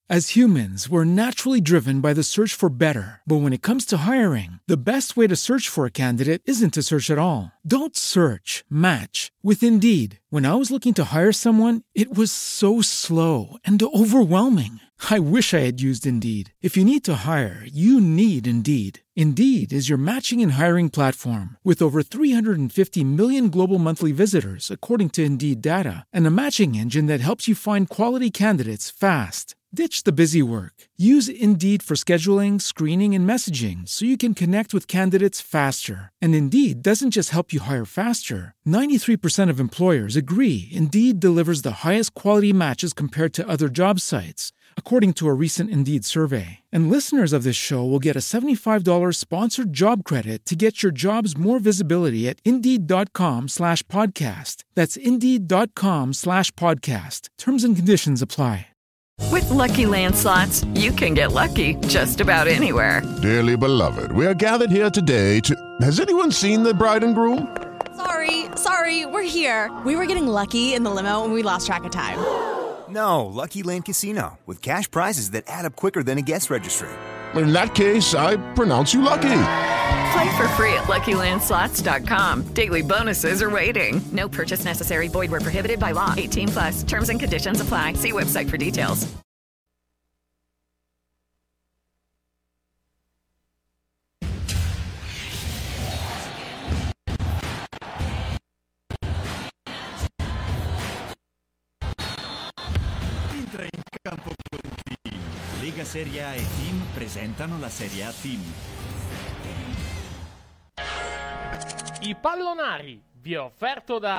As humans, we're naturally driven by the search for better. But when it comes to hiring, the best way to search for a candidate isn't to search at all. Don't search, match with Indeed. When I was looking to hire someone, it was so slow and overwhelming. I wish I had used Indeed. If you need to hire, you need Indeed. Indeed is your matching and hiring platform with over 350 million global monthly visitors, according to Indeed data, and a matching engine that helps you find quality candidates fast. Ditch the busy work. Use Indeed for scheduling, screening, and messaging so you can connect with candidates faster. And Indeed doesn't just help you hire faster. 93% of employers agree Indeed delivers the highest quality matches compared to other job sites, according to a recent Indeed survey. And listeners of this show will get a $75 sponsored job credit to get your jobs more visibility at Indeed.com/podcast. That's Indeed.com/podcast. Terms and conditions apply. With Lucky Land Slots, you can get lucky just about anywhere. Dearly beloved, we are gathered here today to... Has anyone seen the bride and groom? Sorry, we're here. We were getting lucky in the limo and we lost track of time. No, Lucky Land Casino, with cash prizes that add up quicker than a guest registry. In that case, I pronounce you lucky. Play for free at LuckyLandSlots.com. Daily bonuses are waiting. No purchase necessary. Void where prohibited by law. 18+. Terms and conditions apply. See website for details. Entra in campo con Team. Lega Serie A e Team presentano la Serie A Team. I pallonari vi è offerto da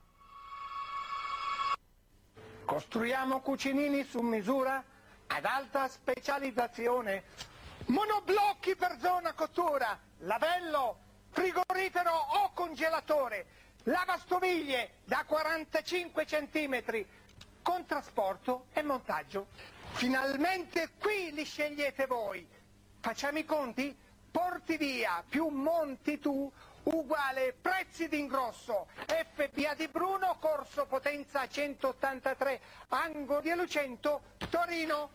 Costruiamo cucinini su misura ad alta specializzazione, monoblocchi per zona cottura, lavello, frigorifero o congelatore, lavastoviglie da 45 cm, con trasporto e montaggio. Finalmente qui li scegliete voi. Facciamo i conti? Porti via più monti tu uguale prezzi d'ingrosso. FPA di Bruno, corso Potenza 183, Angolo di Lucento, Torino.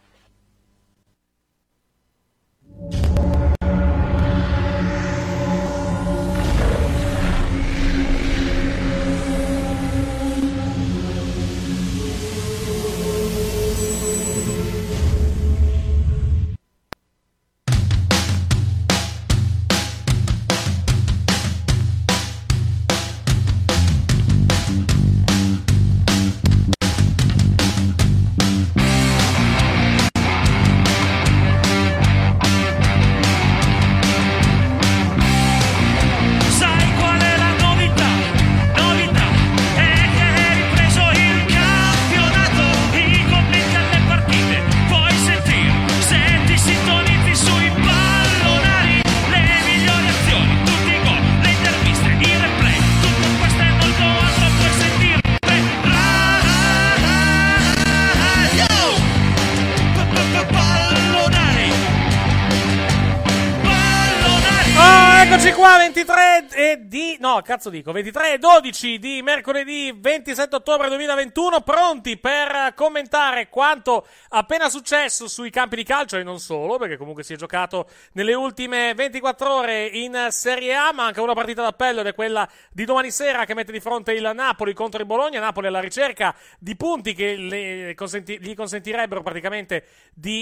Eccoci qua, 23 e 12 di mercoledì 27 ottobre 2021, pronti per commentare quanto appena successo sui campi di calcio e non solo, perché comunque si è giocato nelle ultime 24 ore in Serie A, ma anche una partita d'appello ed è quella di domani sera che mette di fronte il Napoli contro il Bologna. Napoli alla ricerca di punti che gli consentirebbero praticamente di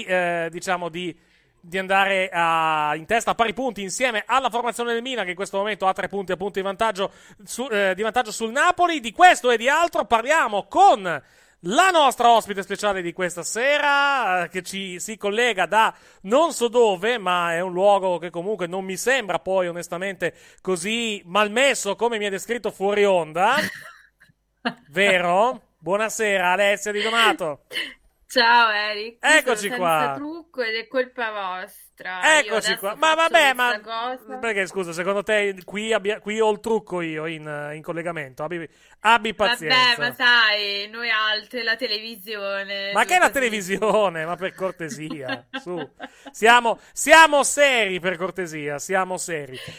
andare in testa a pari punti insieme alla formazione del Milan, che in questo momento ha 3 punti appunto di vantaggio sul Napoli. Di questo e di altro parliamo con la nostra ospite speciale di questa sera, che ci si collega da non so dove, ma è un luogo che comunque non mi sembra poi onestamente così malmesso come mi è descritto fuori onda. Vero? Buonasera Alessia Di Donato. Ciao Eric, eccoci sono qua. Senza trucco ed è colpa vostra. Eccoci qua. Ma vabbè, ma cosa. Perché scusa, secondo te qui ho il trucco io in collegamento? Abbi pazienza. Vabbè, ma sai, noi altri, la televisione. Ma che è la televisione? Ma per cortesia, su. Siamo seri, per cortesia, siamo seri.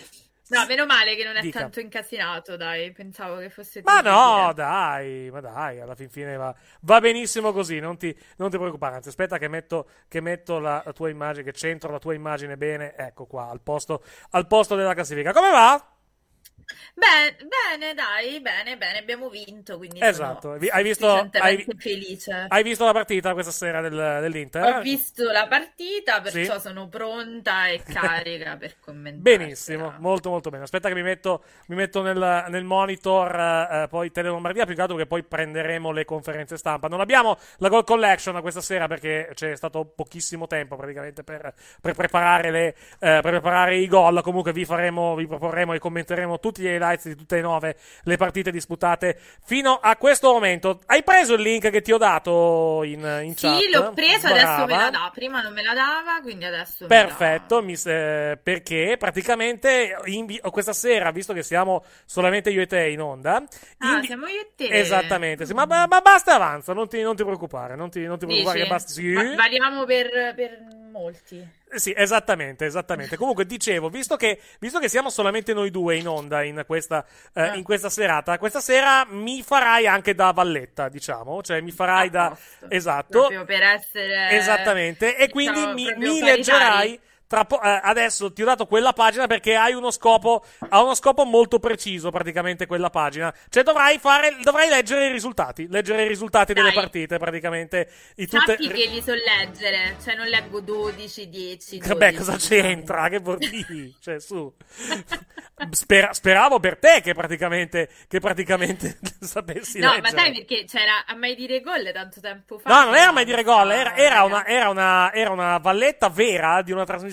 No, meno male che non è Dica. tanto incasinato, dai. Pensavo che fosse Ma no, difficile. dai, alla fin fine va benissimo così, non ti preoccupare. Anzi, aspetta che metto la tua immagine, che centro la tua immagine bene, ecco qua, al posto della classifica. Come va? Bene, dai, bene, abbiamo vinto, quindi Esatto. sono Hai visto sufficientemente felice. Hai visto la partita questa sera dell'Inter? Ho visto la partita, perciò Sì. sono pronta e carica per commentare. Benissimo, molto molto bene. Aspetta che mi metto nel monitor poi Tele Lombardia, più che altro che poi prenderemo le conferenze stampa. Non abbiamo la Goal Collection questa sera perché c'è stato pochissimo tempo praticamente per preparare per preparare i gol. Comunque vi proporremo e commenteremo tutti gli highlights di tutte e 9 le partite disputate fino a questo momento. Hai preso il link che ti ho dato in chat? Sì, l'ho preso, Brava. adesso me la dà. Prima non me la dava, quindi adesso Perfetto, perché praticamente questa sera, visto che siamo solamente io e te in onda, siamo io e te. esattamente, sì, ma basta, avanza, non ti preoccupare, non ti preoccupare Dici? che basta. Sì. Valiamo per molti. Sì, esattamente. Comunque dicevo, visto che siamo solamente noi due in onda in questa serata, questa sera mi farai anche da valletta, diciamo, cioè mi farai da esatto, proprio per essere esattamente, e quindi diciamo, mi proprio leggerai. Adesso ti ho dato quella pagina perché ha uno scopo molto preciso praticamente quella pagina, cioè dovrai leggere i risultati delle partite praticamente sappi che li so leggere, cioè non leggo 12, 10, 12. Beh, cosa c'entra? Che vuol dire? Cioè, su. Speravo per te che praticamente sapessi no, leggere. ma sai perché c'era A Mai Dire Gol tanto tempo fa? No, non era Mai Dire Gol, era una valletta vera di una trasmissione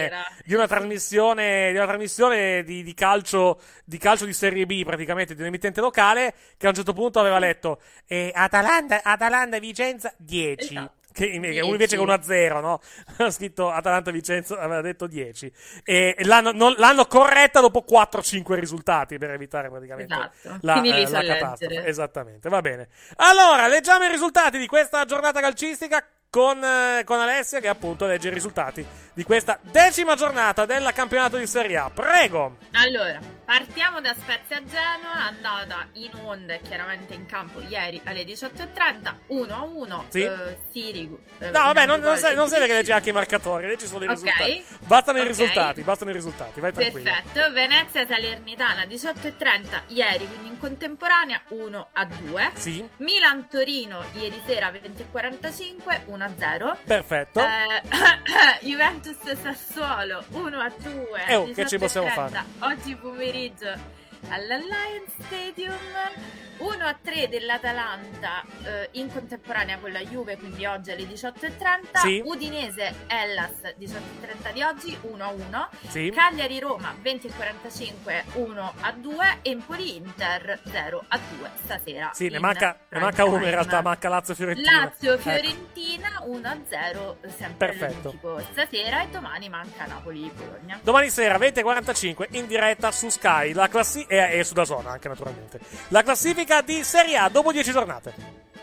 di calcio di Serie B, praticamente di un emittente locale, che a un certo punto aveva letto Atalanta Vicenza 10. Esatto. Che invece che 1-0, no? Ha scritto Atalanta Vicenza, aveva detto 10. E l'hanno corretta dopo 4-5 risultati per evitare praticamente la catastrofe. Esattamente, va bene. Allora, leggiamo i risultati di questa giornata calcistica con Alessia, che appunto legge i risultati di questa 10ª giornata del campionato di Serie A. Prego. Allora, partiamo da Spezia Genoa, andata in onda e chiaramente in campo ieri alle 18:30, 1-1. Sì. Sirigu. No, vabbè, non serve che leggi anche i marcatori, leggi solo i risultati. Bastano i risultati, vai tranquillo. Perfetto. Venezia Salernitana 18:30 ieri, quindi in contemporanea 1-2. Sì. Milan Torino ieri sera 20:45, 1-0. Perfetto. Juventus Sassuolo 1-2. Che ci possiamo fare? Oggi pomeriggio all'Alliance Stadium 1-3 dell'Atalanta in contemporanea con la Juve, quindi oggi alle 18:30. Sì. Udinese Hellas 18:30 di oggi 1-1. Sì. Cagliari Roma 20:45 1-2. Empoli Inter 0-2 stasera. Sì, ne manca uno in realtà, manca Lazio Fiorentina. Lazio Fiorentina 1-0 sempre Perfetto. all'Olimpico stasera, e domani manca Napoli Bologna. Domani sera 20:45 in diretta su Sky e su DAZN anche naturalmente. La classifica di Serie A dopo 10 giornate.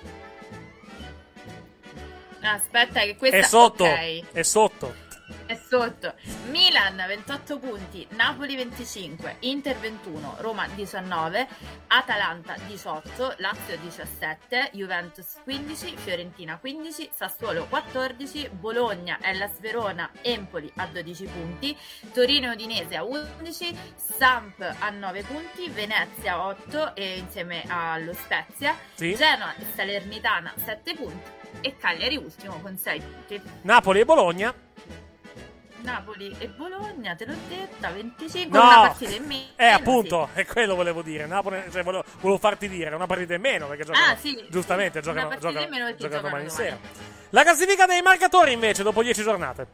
Aspetta che questa È sotto. ok. È sotto. È sotto. Milan 28 punti, Napoli 25, Inter 21, Roma 19, Atalanta 18, Lazio 17, Juventus 15, Fiorentina 15, Sassuolo 14, Bologna, Hellas Verona, Empoli a 12 punti, Torino e Udinese a 11, Samp a 9 punti, Venezia 8 e insieme allo Spezia, Sì. Genoa e Salernitana 7 punti e Cagliari ultimo con 6 punti. Napoli e Bologna. Napoli e Bologna, te l'ho detta, 25, No, una partita in meno. appunto, sì. è quello volevo dire. Napoli, cioè, volevo farti dire, una partita in meno perché giocano, sì, giustamente una giocano partita in meno perché giocano giocano domani domani. sera. La classifica dei marcatori invece dopo 10 giornate.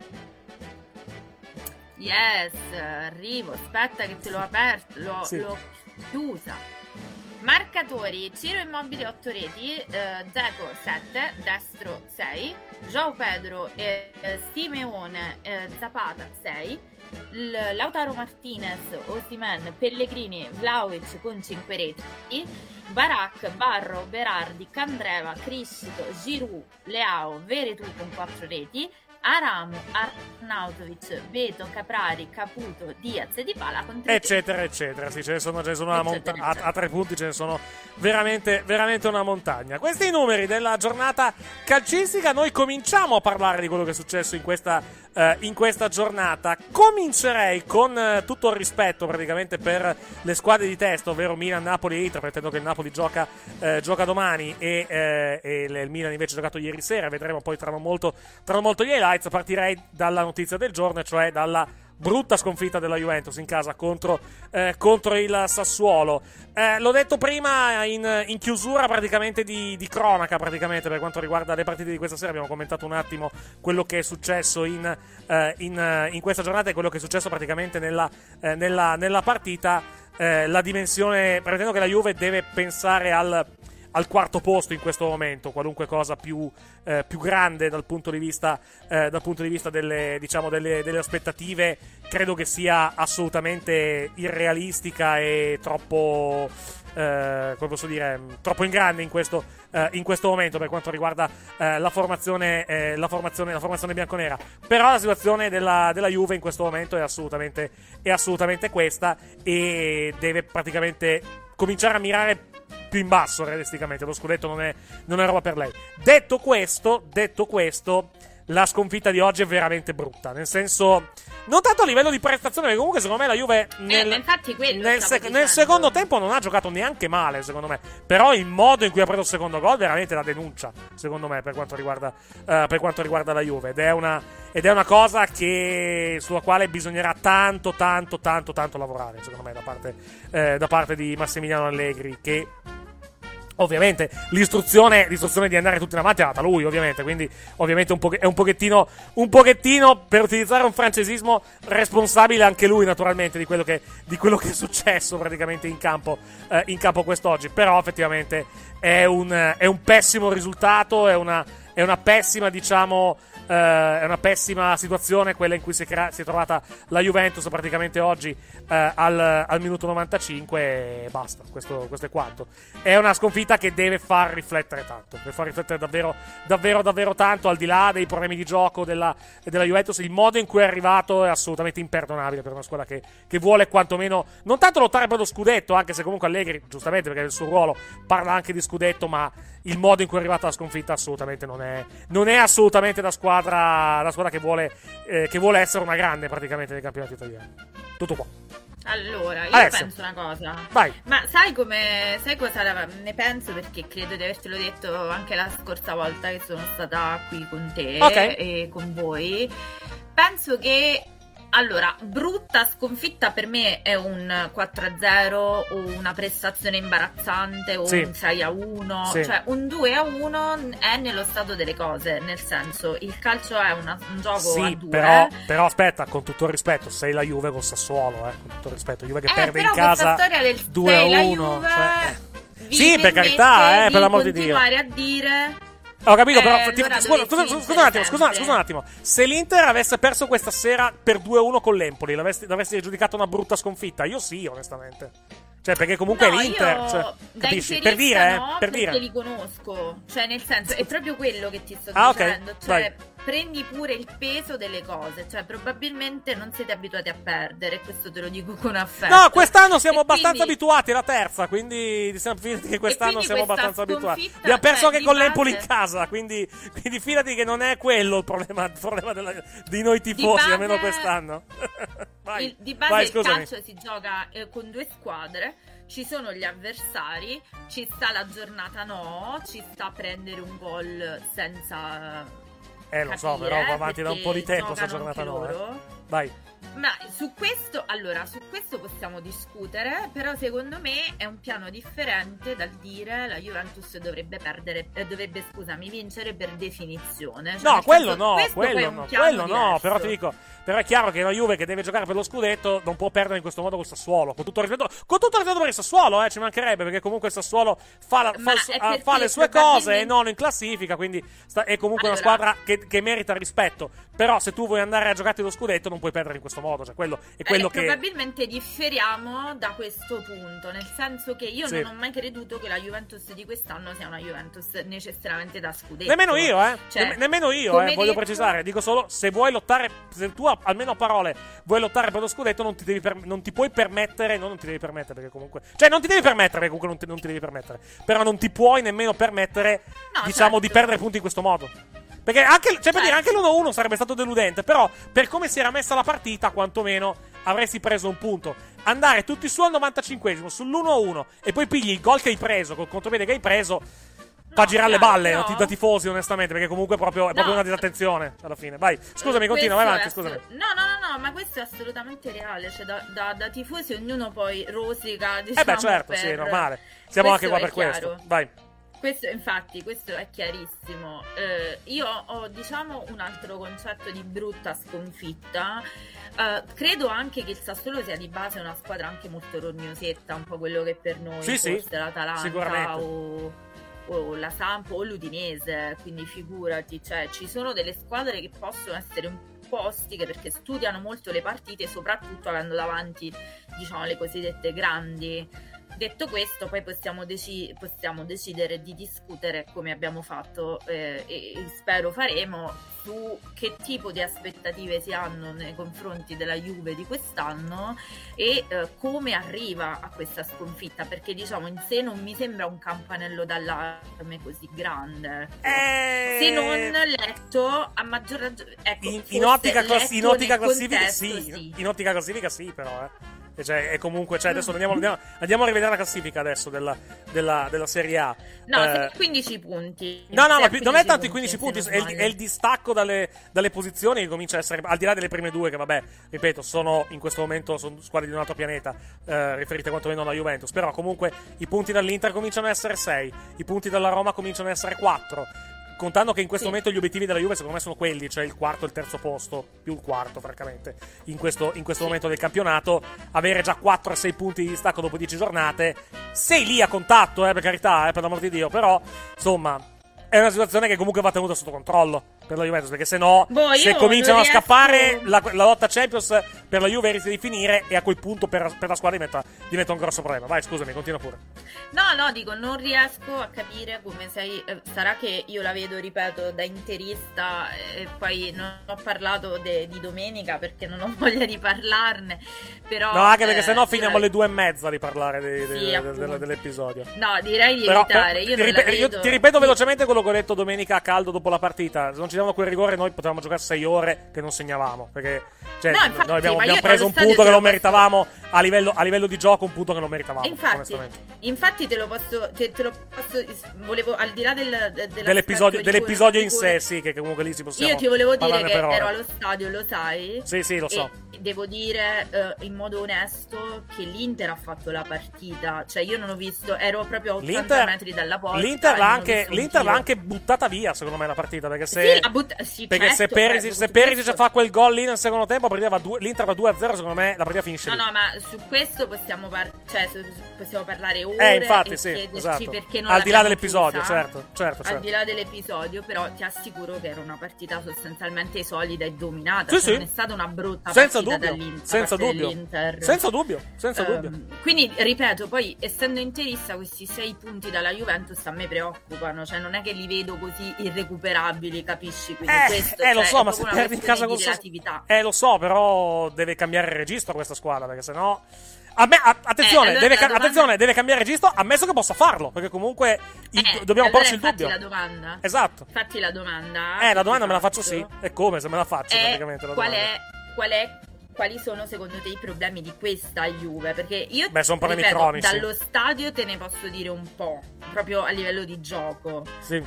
Yes, arrivo, aspetta che te l'ho aperto, l'ho chiusa. Marcatori: Ciro Immobile 8 reti, Dzeko 7, destro 6, João Pedro e Simeone Zapata 6, Lautaro Martinez, Osimhen, Pellegrini, Vlahovic con 5 reti, Barak, Barro, Berardi, Candreva, Criscito, Giroud, Leao, Veretout con 4 reti, Aramu, Arnautovic, Beto, Caprari, Caputo, Diaz e Dybala con 3 eccetera eccetera. Sì, ce ne sono una montagna. A 3 punti ce ne sono veramente una montagna. Questi i numeri della giornata calcistica. Noi cominciamo a parlare di quello che è successo in questa giornata. Comincerei con tutto il rispetto praticamente per le squadre di testa, ovvero Milan, Napoli e Inter, pretendo che il Napoli gioca domani e il Milan invece ha giocato ieri sera. Vedremo poi tra non molto gli highlights. Partirei dalla notizia del giorno, cioè dalla brutta sconfitta della Juventus in casa contro il Sassuolo. L'ho detto prima in chiusura praticamente di cronaca, praticamente per quanto riguarda le partite di questa sera. Abbiamo commentato un attimo quello che è successo in questa giornata e quello che è successo praticamente nella partita. La dimensione, pretendo che la Juve deve pensare al quarto posto in questo momento, qualunque cosa più grande dal punto di vista delle aspettative credo che sia assolutamente irrealistica e troppo come posso dire, troppo in grande in questo momento per quanto riguarda la formazione bianconera. Però la situazione della Juve in questo momento è assolutamente questa, e deve praticamente cominciare a mirare più in basso realisticamente. Lo scudetto non è roba per lei. Detto questo, la sconfitta di oggi è veramente brutta, nel senso, non tanto a livello di prestazione, perché comunque secondo me la Juve nel secondo tempo non ha giocato neanche male, secondo me. Però il modo in cui ha preso il secondo gol veramente la denuncia, secondo me, per quanto riguarda la Juve, ed è una cosa sulla quale bisognerà tanto lavorare, secondo me, da parte di Massimiliano Allegri, che ovviamente l'istruzione di andare tutti in avanti è data lui, ovviamente, quindi ovviamente è un pochettino, per utilizzare un francesismo, responsabile anche lui naturalmente di quello che è successo praticamente in campo quest'oggi. Però effettivamente è un pessimo risultato, è una pessima, è una pessima situazione quella in cui si è trovata la Juventus praticamente oggi al minuto 95, e basta. Questo è quanto. È una sconfitta che deve far riflettere tanto, deve far riflettere davvero tanto, al di là dei problemi di gioco della Juventus. Il modo in cui è arrivato è assolutamente imperdonabile per una squadra che vuole quantomeno non tanto lottare per lo scudetto, anche se comunque Allegri, giustamente perché è il suo ruolo, parla anche di scudetto, ma il modo in cui è arrivata la sconfitta assolutamente non è assolutamente da squadra che vuole essere una grande praticamente nei campionati italiani. Tutto qua. Allora, io penso una cosa. Vai. Ma sai cosa ne penso? Perché credo di avertelo detto anche la scorsa volta che sono stata qui con te e con voi. Penso che, allora, brutta sconfitta per me è un 4-0 o una prestazione imbarazzante o un 6-1, cioè un 2-1 è nello stato delle cose, nel senso, il calcio è un gioco a due. Però aspetta, con tutto il rispetto, sei la Juve con Sassuolo, con tutto il rispetto, Juve che perde in però casa storia del 2-1, sì, per carità, per l'amor di Dio. Continuare a dire. Ho capito, però allora scusa un attimo. Se l'Inter avesse perso questa sera per 2-1 con l'Empoli, l'avresti giudicata una brutta sconfitta? Io sì, onestamente. Cioè, perché comunque l'Inter, capisci? Per dire, perché li conosco. Cioè, nel senso, è proprio quello che ti sto dicendo. Okay. Cioè, prendi pure il peso delle cose. Cioè, probabilmente non siete abituati a perdere. Questo te lo dico con affetto. No, quest'anno siamo abbastanza abituati. È la terza, quindi siamo fidati che quest'anno siamo abbastanza abituati. Abbiamo perso anche con l'Empoli in casa. Quindi fidati che non è quello il problema di noi tifosi, almeno quest'anno. Di base il calcio si gioca con due squadre. Ci sono gli avversari, ci sta la giornata ci sta a prendere un gol senza lo so, però va avanti da un po' di tempo questa giornata Vai. Ma su questo possiamo discutere, però secondo me è un piano differente dal dire la Juventus dovrebbe vincere per definizione. Cioè, no, quello no, però ti dico, Però è chiaro che la Juve, che deve giocare per lo scudetto, non può perdere in questo modo col Sassuolo. Con tutto il rispetto per il Sassuolo, ci mancherebbe, perché comunque il Sassuolo fa le sue cose e non in classifica, quindi è comunque una squadra che merita rispetto. Però se tu vuoi andare a giocarti lo scudetto non puoi perdere in questo modo, cioè quello è quello che... Probabilmente differiamo da questo punto, nel senso che io non ho mai creduto che la Juventus di quest'anno sia una Juventus necessariamente da scudetto. Nemmeno io, Cioè, nemmeno io, voglio precisare. Dico solo, se vuoi lottare, se tu almeno a parole vuoi lottare per lo scudetto, non ti puoi permettere, non ti devi permettere, perché comunque... Cioè, non ti devi permettere, perché comunque non ti devi permettere. Però non ti puoi nemmeno permettere, di perdere punti in questo modo. Perché anche, per dire, anche l'1-1 sarebbe stato deludente, però per come si era messa la partita, quantomeno avresti preso un punto. Andare tutti su al 95esimo, sull'1-1, e poi pigli il gol che hai preso, col contropiede che hai preso, fa girare le balle, però... da tifosi, onestamente, perché comunque è proprio una disattenzione alla fine. Vai, scusami, continua, vai avanti, scusami. No, ma questo è assolutamente reale, cioè da tifosi ognuno poi rosica, diciamo. Certo, sì, è normale. Siamo anche qua per questo. Vai. Questo è chiarissimo. Io ho, diciamo, un altro concetto di brutta sconfitta. Credo anche che il Sassuolo sia di base una squadra anche molto rognosetta, un po' quello che per noi forse l'Atalanta o la Samp o l'Udinese, quindi figurati, cioè ci sono delle squadre che possono essere un po' ostiche perché studiano molto le partite, soprattutto avendo davanti, diciamo, le cosiddette grandi. Detto questo, poi possiamo decidere di discutere, come abbiamo fatto e spero faremo, su che tipo di aspettative si hanno nei confronti della Juve di quest'anno e come arriva a questa sconfitta, perché diciamo in sé non mi sembra un campanello d'allarme così grande, se non letto a maggior ragione, ecco, in ottica classifica in ottica classifica sì, però cioè, è comunque, cioè, adesso andiamo a rivedere la classifica adesso della Serie A. No, 15 punti. No, ma non è tanto i 15 punti, è il distacco dalle posizioni che comincia a essere, al di là delle prime due, che vabbè, ripeto, sono in questo momento sono squadre di un altro pianeta, riferite quantomeno alla Juventus. Però comunque i punti dall'Inter cominciano a essere 6, i punti dalla Roma cominciano a essere 4. Contando che in questo momento gli obiettivi della Juve secondo me sono quelli, cioè il quarto e il terzo posto, più il quarto francamente, in questo momento del campionato, avere già 4 e 6 punti di distacco dopo 10 giornate, sei lì a contatto, per carità, per l'amor di Dio, però insomma è una situazione che comunque va tenuta sotto controllo per la Juventus, perché se no, se cominciano a scappare, la lotta Champions per la Juve rischia di finire, e a quel punto per la squadra diventa un grosso problema. Vai, scusami, continua pure. No, dico, non riesco a capire come sarà che io la vedo, ripeto, da interista, e poi non ho parlato di domenica perché non ho voglia di parlarne, però... No, anche perché se no finiamo alle 2:30 di parlare dell'episodio. No, direi di evitare. Io ti ripeto velocemente quello che ho detto domenica a caldo dopo la partita. Se non ci diamo quel rigore, noi potevamo giocare 6 ore che non segnavamo, perché infatti, noi abbiamo preso un punto che non meritavamo a livello di gioco, un punto che non meritavamo, infatti te lo posso volevo, al di là dell'episodio in sé, sì, che comunque lì si possiamo. Io ti volevo dire che ero allo stadio, lo sai? Sì, lo so. Devo dire in modo onesto che l'Inter ha fatto la partita, cioè io non ho visto, ero proprio a 80 metri dalla porta. L'Inter l'ha anche buttata via, secondo me, la partita, perché se Perisic fa quel gol lì nel secondo tempo, l'Inter va 2-0, secondo me la partita finisce lì. No, ma su questo possiamo parlare ore, infatti, esatto. Perché non al di là dell'episodio, certo. Al di là dell'episodio, però ti assicuro che era una partita sostanzialmente solida e dominata, non è stata una brutta partita dall'Inter. Senza dubbio. Quindi, ripeto, poi essendo interista, questi 6 punti dalla Juventus a me preoccupano, cioè non è che li vedo così irrecuperabili, capisci? Quindi lo so, ma se perdi in casa con lo so, però deve cambiare il registro questa squadra, perché sennò attenzione, deve cambiare registro, ammesso che possa farlo, perché comunque dobbiamo porci il dubbio. La domanda. Esatto. Fatti la domanda. La domanda me la faccio sì. E come se me la faccio praticamente la domanda. Quali sono secondo te i problemi di questa Juve? Perché io sono problemi cronici. Dallo stadio te ne posso dire un po', proprio a livello di gioco. Sì.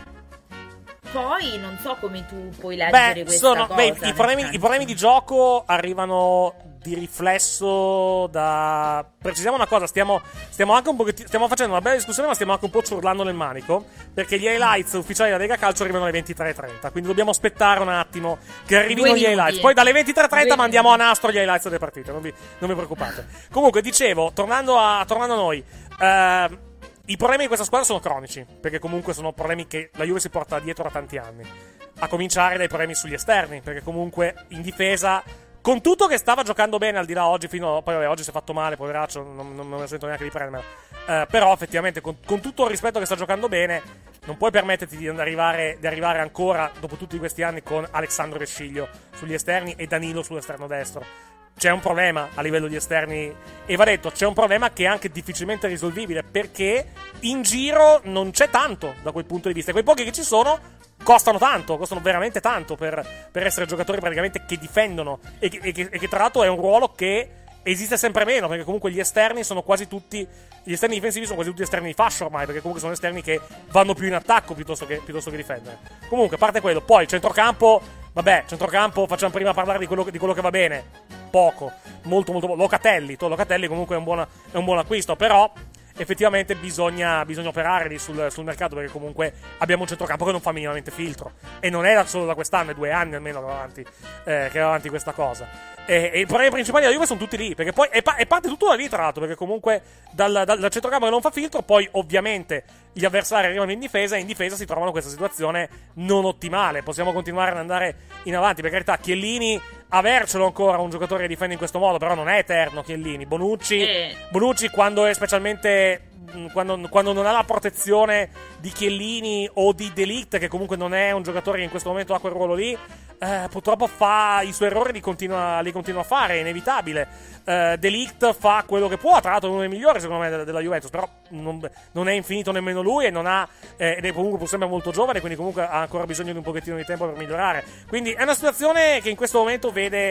Poi non so come tu puoi leggere questa cosa. I problemi di gioco arrivano di riflesso precisiamo una cosa, stiamo anche un pochettino, stiamo facendo una bella discussione, ma stiamo anche un po' ciurlando nel manico, perché gli highlights ufficiali della Lega Calcio arrivano alle 23:30, quindi dobbiamo aspettare un attimo che arrivino gli highlights. Poi dalle 23:30 mandiamo a nastro gli highlights delle partite, non vi preoccupate. Comunque, dicevo, tornando a noi, i problemi di questa squadra sono cronici, perché comunque sono problemi che la Juve si porta dietro da tanti anni, a cominciare dai problemi sugli esterni, perché comunque in difesa, con tutto che stava giocando bene al di là oggi, poi vabbè, oggi si è fatto male, poveraccio, non me ne sento neanche di prendermela, però effettivamente con tutto il rispetto che sta giocando bene, non puoi permetterti di arrivare ancora dopo tutti questi anni con Alessandro Vesciglio sugli esterni e Danilo sull'esterno destro. C'è un problema a livello di esterni, e va detto, c'è un problema che è anche difficilmente risolvibile, perché in giro non c'è tanto da quel punto di vista, e quei pochi che ci sono costano veramente tanto per essere giocatori praticamente che difendono, e che tra l'altro è un ruolo che esiste sempre meno, perché comunque gli esterni difensivi sono quasi tutti esterni di fascia ormai, perché comunque sono esterni che vanno più in attacco piuttosto che difendere. Comunque, a parte quello, poi il centrocampo, facciamo prima parlare di quello che va bene. Poco, molto Locatelli comunque è un buon acquisto, però effettivamente bisogna operare lì sul mercato, perché comunque abbiamo un centrocampo che non fa minimamente filtro, e non è solo da quest'anno, è 2 anni almeno che va avanti questa cosa. E i problemi principali della Juve sono tutti lì, perché poi e parte tutto da lì, tra l'altro, perché comunque dal centrocampo che non fa filtro, poi ovviamente gli avversari arrivano in difesa, e in difesa si trovano in questa situazione non ottimale. Possiamo continuare ad andare in avanti, per carità. Chiellini, avercelo ancora un giocatore che difende in questo modo, però non è eterno. Chiellini, Bonucci quando è specialmente quando non ha la protezione di Chiellini o di De Ligt, che comunque non è un giocatore che in questo momento ha quel ruolo lì, purtroppo fa i suoi errori, li continua a fare, è inevitabile. De Ligt fa quello che può, tra l'altro è uno dei migliori secondo me della Juventus, però non è infinito nemmeno lui, ed è comunque pur sempre molto giovane, quindi comunque ha ancora bisogno di un pochettino di tempo per migliorare. Quindi è una situazione che in questo momento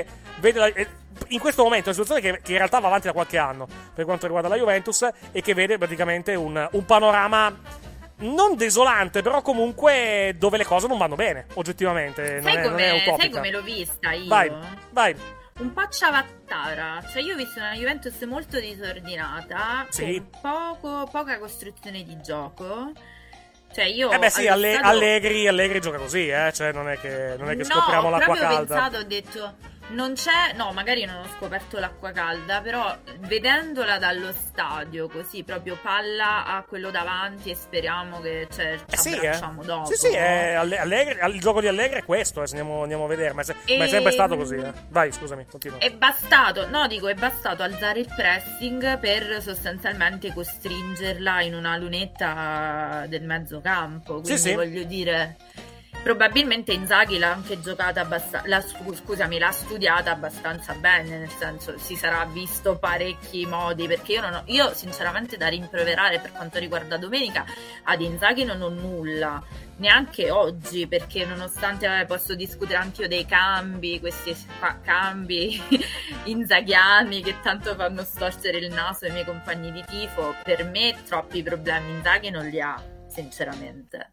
in questo momento è una situazione che in realtà va avanti da qualche anno per quanto riguarda la Juventus, e che vede praticamente un panorama non desolante, però comunque dove le cose non vanno bene, oggettivamente. Non è utopica. Sai come l'ho vista io? Vai. Un po' ciavattara. Cioè, io ho visto una Juventus molto disordinata, sì, con poca costruzione di gioco. Cioè, io Allegri gioca così, cioè non è che scopriamo l'acqua calda. Ho pensato, ho detto, non c'è, no, magari non ho scoperto l'acqua calda, però vedendola dallo stadio così, proprio palla a quello davanti, e speriamo che ci abbracciamo dopo. Sì, il gioco di Allegri è questo, se andiamo a vedere, ma è sempre stato così. Vai, scusami, continua. È bastato alzare il pressing per sostanzialmente costringerla in una lunetta del mezzo campo, quindi voglio dire, probabilmente Inzaghi l'ha anche giocata l'ha studiata abbastanza bene, nel senso, si sarà visto parecchi modi, perché io sinceramente da rimproverare per quanto riguarda domenica ad Inzaghi non ho nulla, neanche oggi, perché nonostante posso discutere anche io dei cambi, questi cambi inzaghiani che tanto fanno storcere il naso ai miei compagni di tifo, per me troppi problemi Inzaghi non li ha, sinceramente.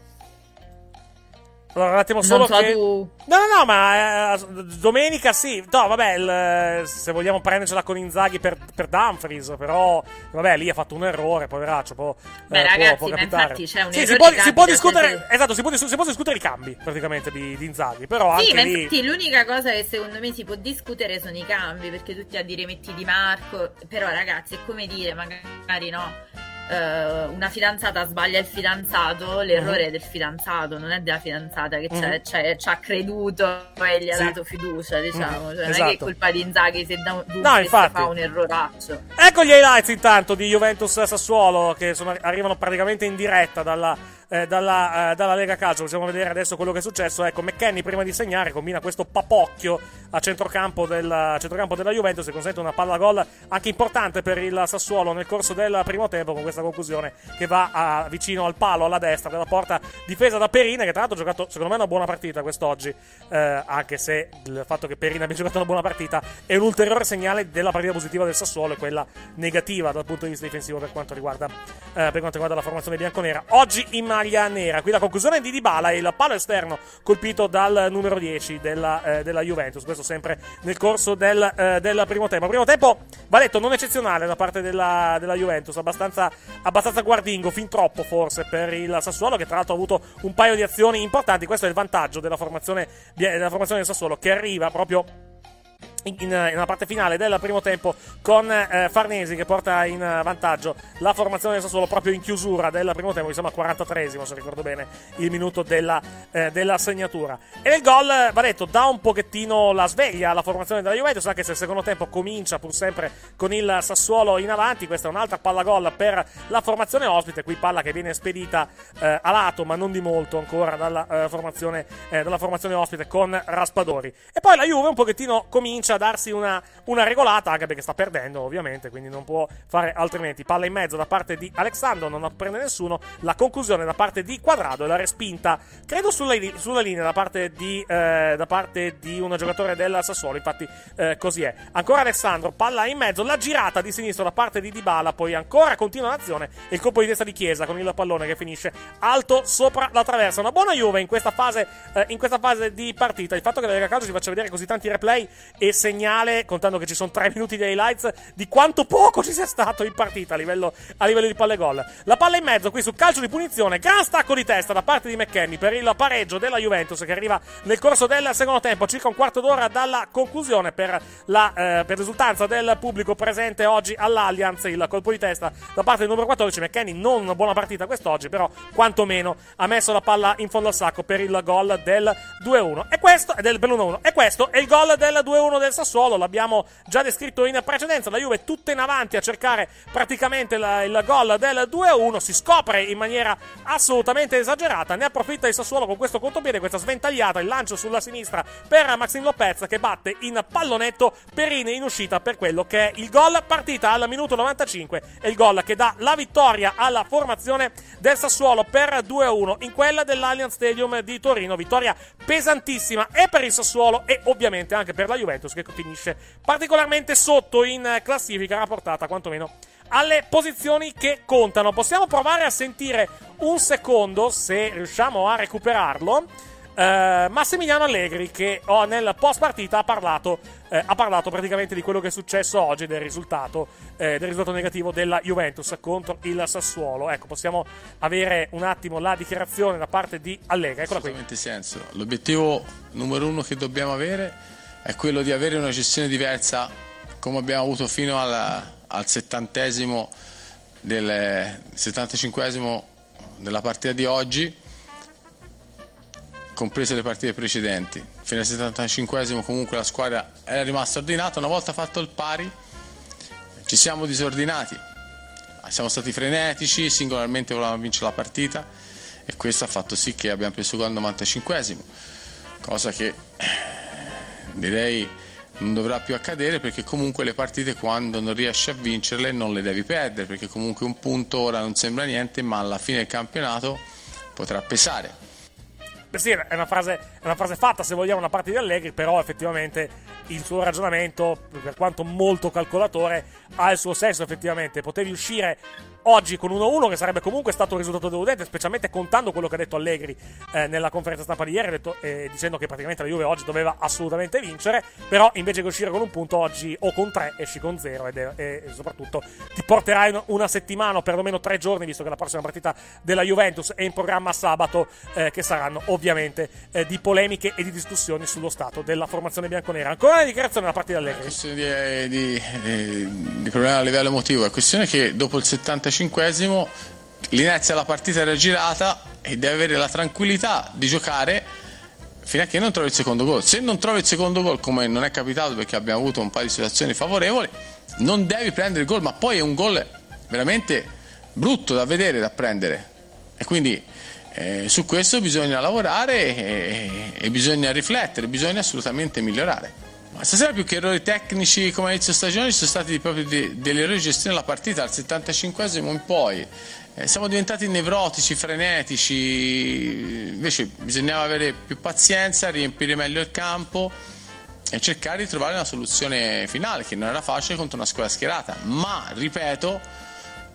Allora, un attimo solo No, ma domenica sì. No, vabbè, se vogliamo prendercela con Inzaghi per Dumfries, però vabbè, lì ha fatto un errore, poveraccio. Ragazzi, può ma capitare. infatti c'è un errore. Si può discutere, esatto, si può discutere i cambi praticamente di Inzaghi, però anche ma lì... infatti l'unica cosa che secondo me si può discutere sono i cambi, perché tutti a dire metti Di Marco, però ragazzi, è come dire, magari no, una fidanzata sbaglia il fidanzato, l'errore è del fidanzato, non è della fidanzata che ci ha creduto e gli ha dato fiducia, diciamo. Cioè, non è che è colpa di Inzaghi se fa un erroraccio. Ecco gli highlights intanto di Juventus Sassuolo, che arrivano praticamente in diretta dalla Lega Calcio. Possiamo vedere adesso quello che è successo. Ecco, McKennie prima di segnare combina questo papocchio a centrocampo della Juventus, e consente una palla gol anche importante per il Sassuolo nel corso del primo tempo, con questa conclusione che va vicino al palo alla destra della porta, difesa da Perin, che tra l'altro ha giocato secondo me una buona partita quest'oggi, anche se il fatto che Perin abbia giocato una buona partita è un ulteriore segnale della partita positiva del Sassuolo e quella negativa dal punto di vista difensivo per quanto riguarda la formazione bianconera. Oggi immagino maglia nera. Qui la conclusione di Dybala e il palo esterno colpito dal numero 10 della Juventus, questo sempre nel corso del primo tempo. Primo tempo, va detto, non eccezionale da parte della Juventus, abbastanza guardingo, fin troppo forse per il Sassuolo, che tra l'altro ha avuto un paio di azioni importanti. Questo è il vantaggio della formazione del Sassuolo, che arriva proprio in una parte finale del primo tempo con Farnesi che porta in vantaggio la formazione del Sassuolo proprio in chiusura del primo tempo, insomma 43esimo se ricordo bene il minuto della segnatura. E nel gol, va detto, dà un pochettino la sveglia alla formazione della Juventus, anche se il secondo tempo comincia pur sempre con il Sassuolo in avanti. Questa è un'altra palla gol per la formazione ospite, qui palla che viene spedita a lato ma non di molto ancora dalla formazione ospite con Raspadori. E poi la Juve un pochettino comincia a darsi una regolata, anche perché sta perdendo ovviamente, quindi non può fare altrimenti. Palla in mezzo da parte di Alexandro, non prende nessuno, la conclusione da parte di Quadrado e la respinta credo sulla linea da parte di un giocatore del Sassuolo, infatti così è. Ancora Alessandro, palla in mezzo, la girata di sinistra da parte di Dybala, poi ancora continua l'azione e il colpo di testa di Chiesa con il pallone che finisce alto sopra la traversa. Una buona Juve in questa fase di partita. Il fatto che la Lega Calcio ci faccia vedere così tanti replay e segnale, contando che ci sono 3 minuti di highlights, di quanto poco ci sia stato in partita a livello di palle gol. La palla in mezzo qui su calcio di punizione, gran stacco di testa da parte di McKennie per il pareggio della Juventus, che arriva nel corso del secondo tempo, circa un quarto d'ora dalla conclusione, per l'esultanza del pubblico presente oggi all'Allianz. Il colpo di testa da parte del numero 14, McKennie, non una buona partita quest'oggi, però quantomeno ha messo la palla in fondo al sacco per il gol del 2-1 e questo è del 1-1, e questo è il gol del 2-1 del Sassuolo. L'abbiamo già descritto in precedenza, la Juve tutta in avanti a cercare praticamente il gol del 2-1, si scopre in maniera assolutamente esagerata, ne approfitta il Sassuolo con questo contropiede, questa sventagliata, il lancio sulla sinistra per Maxime Lopez, che batte in pallonetto Perin in uscita per quello che è il gol partita al minuto 95, è il gol che dà la vittoria alla formazione del Sassuolo per 2-1 in quella dell'Allianz Stadium di Torino. Vittoria pesantissima e per il Sassuolo e ovviamente anche per la Juventus, che finisce particolarmente sotto in classifica, rapportata quantomeno alle posizioni che contano. Possiamo provare a sentire un secondo, se riusciamo a recuperarlo, Massimiliano Allegri, che nel post partita ha parlato praticamente di quello che è successo oggi, del risultato negativo della Juventus contro il Sassuolo. Ecco, possiamo avere un attimo la dichiarazione da parte di Allegri. Eccola qui. Assolutamente senso. L'obiettivo numero 1 che dobbiamo avere è quello di avere una gestione diversa, come abbiamo avuto fino al 75esimo della partita di oggi, comprese le partite precedenti. Fino al 75esimo comunque la squadra era rimasta ordinata. Una volta fatto il pari ci siamo disordinati, siamo stati frenetici, singolarmente volevamo vincere la partita e questo ha fatto sì che abbiamo preso gol al 95esimo, cosa che direi non dovrà più accadere, perché comunque le partite, quando non riesci a vincerle, non le devi perdere, perché comunque un punto ora non sembra niente, ma alla fine del campionato potrà pesare. Beh sì, è una frase fatta, se vogliamo, una parte di Allegri, però effettivamente il suo ragionamento, per quanto molto calcolatore, ha il suo senso. Effettivamente potevi uscire oggi con 1-1, che sarebbe comunque stato un risultato deludente, specialmente contando quello che ha detto Allegri nella conferenza stampa di ieri, dicendo che praticamente la Juve oggi doveva assolutamente vincere, però invece che uscire con un punto oggi, o con 3, esci con 0 e soprattutto ti porterai una settimana o perlomeno 3 giorni, visto che la prossima partita della Juventus è in programma sabato, che saranno ovviamente di polemiche e di discussioni sullo stato della formazione bianconera. Ancora una dichiarazione da parte di Allegri. È questione di problema a livello emotivo, è questione che dopo il 75esimo l'inizio della partita era girata e deve avere la tranquillità di giocare fino a che non trovi il secondo gol. Se non trovi il secondo gol, come non è capitato perché abbiamo avuto un paio di situazioni favorevoli, non devi prendere il gol, ma poi è un gol veramente brutto da vedere, da prendere, e quindi su questo bisogna lavorare e bisogna riflettere, bisogna assolutamente migliorare. Ma stasera, più che errori tecnici come all'inizio stagione, ci sono stati proprio degli errori di gestione della partita. Al 75esimo in poi siamo diventati nevrotici, frenetici, invece bisognava avere più pazienza, riempire meglio il campo e cercare di trovare una soluzione finale, che non era facile contro una squadra schierata, ma ripeto,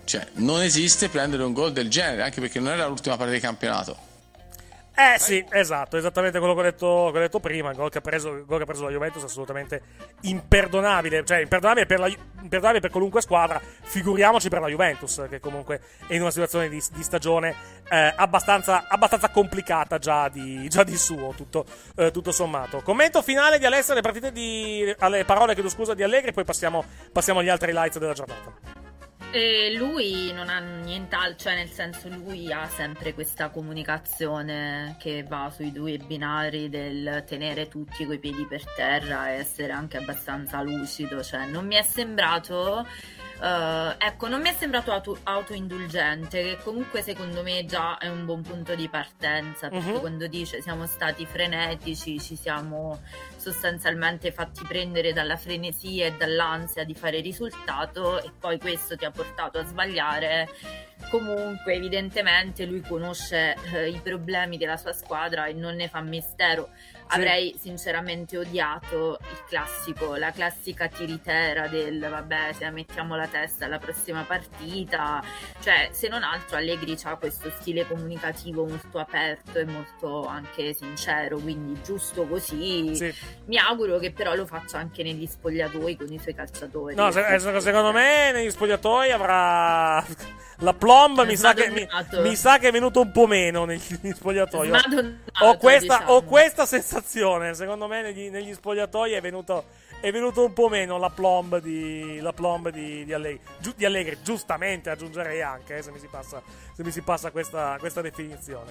Cioè, non esiste prendere un gol del genere, anche perché non era l'ultima partita di campionato. Sì, esatto, esattamente quello che ho detto prima. Il gol che ha preso la Juventus è assolutamente imperdonabile. Cioè, imperdonabile per qualunque squadra. Figuriamoci per la Juventus, che comunque è in una situazione di stagione abbastanza complicata già di suo, tutto sommato. Commento finale di Alessio alle parole di Allegri, poi passiamo agli altri highlights della giornata. Lui non ha nient'altro, cioè nel senso, lui ha sempre questa comunicazione che va sui due binari del tenere tutti coi piedi per terra e essere anche abbastanza lucido, cioè non mi è sembrato non mi è sembrato autoindulgente, che comunque secondo me già è un buon punto di partenza, perché quando dice siamo stati frenetici, ci siamo sostanzialmente fatti prendere dalla frenesia e dall'ansia di fare risultato, e poi questo ti ha portato a sbagliare. Comunque evidentemente lui conosce i problemi della sua squadra e non ne fa mistero. Avrei sinceramente odiato la classica tiritera del vabbè, se la mettiamo la testa alla prossima partita. Cioè, se non altro Allegri ha questo stile comunicativo molto aperto e molto anche sincero, quindi giusto così. Sì. Mi auguro che però lo faccia anche negli spogliatoi con i suoi calciatori. No, secondo me negli spogliatoi avrà la plomb, mi sa che è venuto un po' meno negli spogliatoi. Ho questa sensazione. Secondo me negli spogliatoi è venuto un po' meno la plomb di Allegri. Di Allegri, giustamente aggiungerei anche, se mi si passa questa definizione.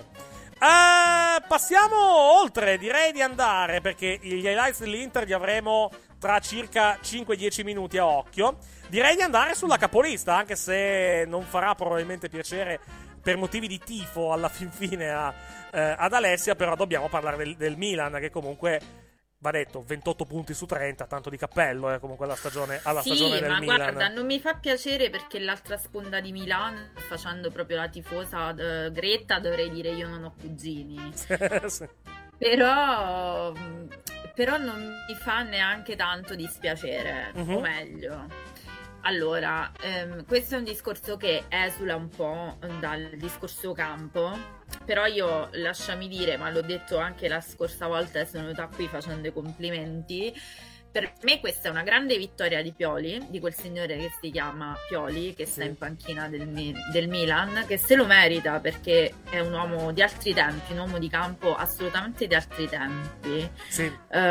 Passiamo oltre, direi di andare, perché gli highlights dell'Inter li avremo tra circa 5-10 minuti a occhio. Direi di andare sulla capolista, anche se non farà probabilmente piacere per motivi di tifo alla fin fine ad Alessia, però dobbiamo parlare del Milan, che comunque, va detto, 28 punti su 30, tanto di cappello comunque alla stagione del Milan. Sì, ma guarda, non mi fa piacere perché l'altra sponda di Milan, facendo proprio la tifosa Gretta, dovrei dire io non ho cugini. Sì. Però non mi fa neanche tanto dispiacere, o meglio. Allora, questo è un discorso che esula un po' dal discorso campo, però io, lasciami dire, ma l'ho detto anche la scorsa volta e sono venuta qui facendo i complimenti, per me questa è una grande vittoria di Pioli, di quel signore che si chiama Pioli, che sta in panchina del Milan, che se lo merita perché è un uomo di altri tempi, un uomo di campo assolutamente di altri tempi. Sì.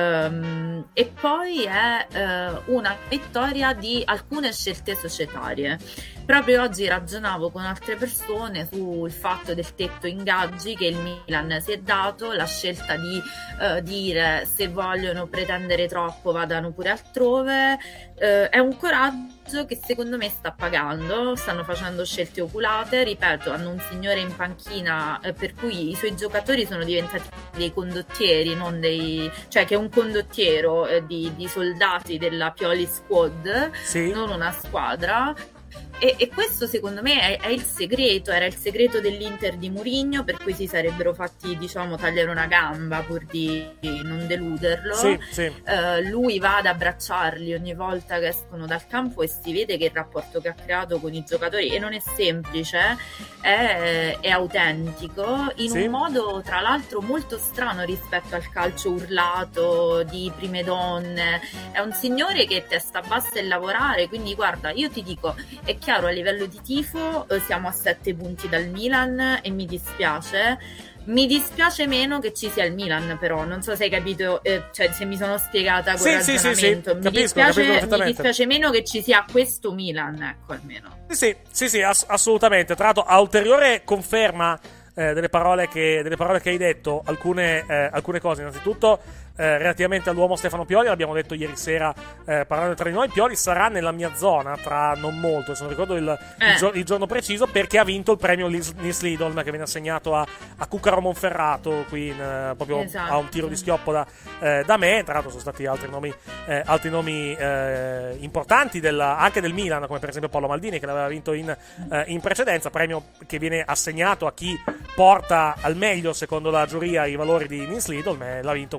E poi è una vittoria di alcune scelte societarie. Proprio oggi ragionavo con altre persone sul fatto del tetto ingaggi che il Milan si è dato, la scelta di dire se vogliono pretendere troppo vadano pure altrove. È un coraggio che secondo me sta pagando, stanno facendo scelte oculate, ripeto, hanno un signore in panchina per cui i suoi giocatori sono diventati dei condottieri, non cioè che è un condottiero di soldati della Pioli Squad, non una squadra. E questo secondo me è il segreto, era il segreto dell'Inter di Mourinho, per cui si sarebbero fatti, diciamo, tagliare una gamba pur di non deluderlo. Lui va ad abbracciarli ogni volta che escono dal campo e si vede che il rapporto che ha creato con i giocatori, e non è semplice, è autentico, in un modo tra l'altro molto strano rispetto al calcio urlato di prime donne. È un signore che testa bassa e lavorare, quindi guarda, io ti dico, è chiaro, a livello di tifo siamo a 7 punti dal Milan e mi dispiace meno che ci sia il Milan, però non so se hai capito, cioè se mi sono spiegata con il ragionamento. Mi dispiace meno che ci sia questo Milan, ecco, almeno. Sì, assolutamente. Tra l'altro, a ulteriore conferma delle parole che hai detto, alcune cose. Innanzitutto, relativamente all'uomo Stefano Pioli, l'abbiamo detto ieri sera parlando tra di noi, Pioli sarà nella mia zona tra non molto, se non ricordo il giorno preciso, perché ha vinto il premio Nils Lidl, che viene assegnato a Cucaro Monferrato qui proprio a un tiro di schioppo da me. Tra l'altro sono stati altri nomi importanti anche del Milan, come per esempio Paolo Maldini, che l'aveva vinto in precedenza, premio che viene assegnato a chi porta al meglio, secondo la giuria, i valori di Nils Lidl. L'ha vinto quest'anno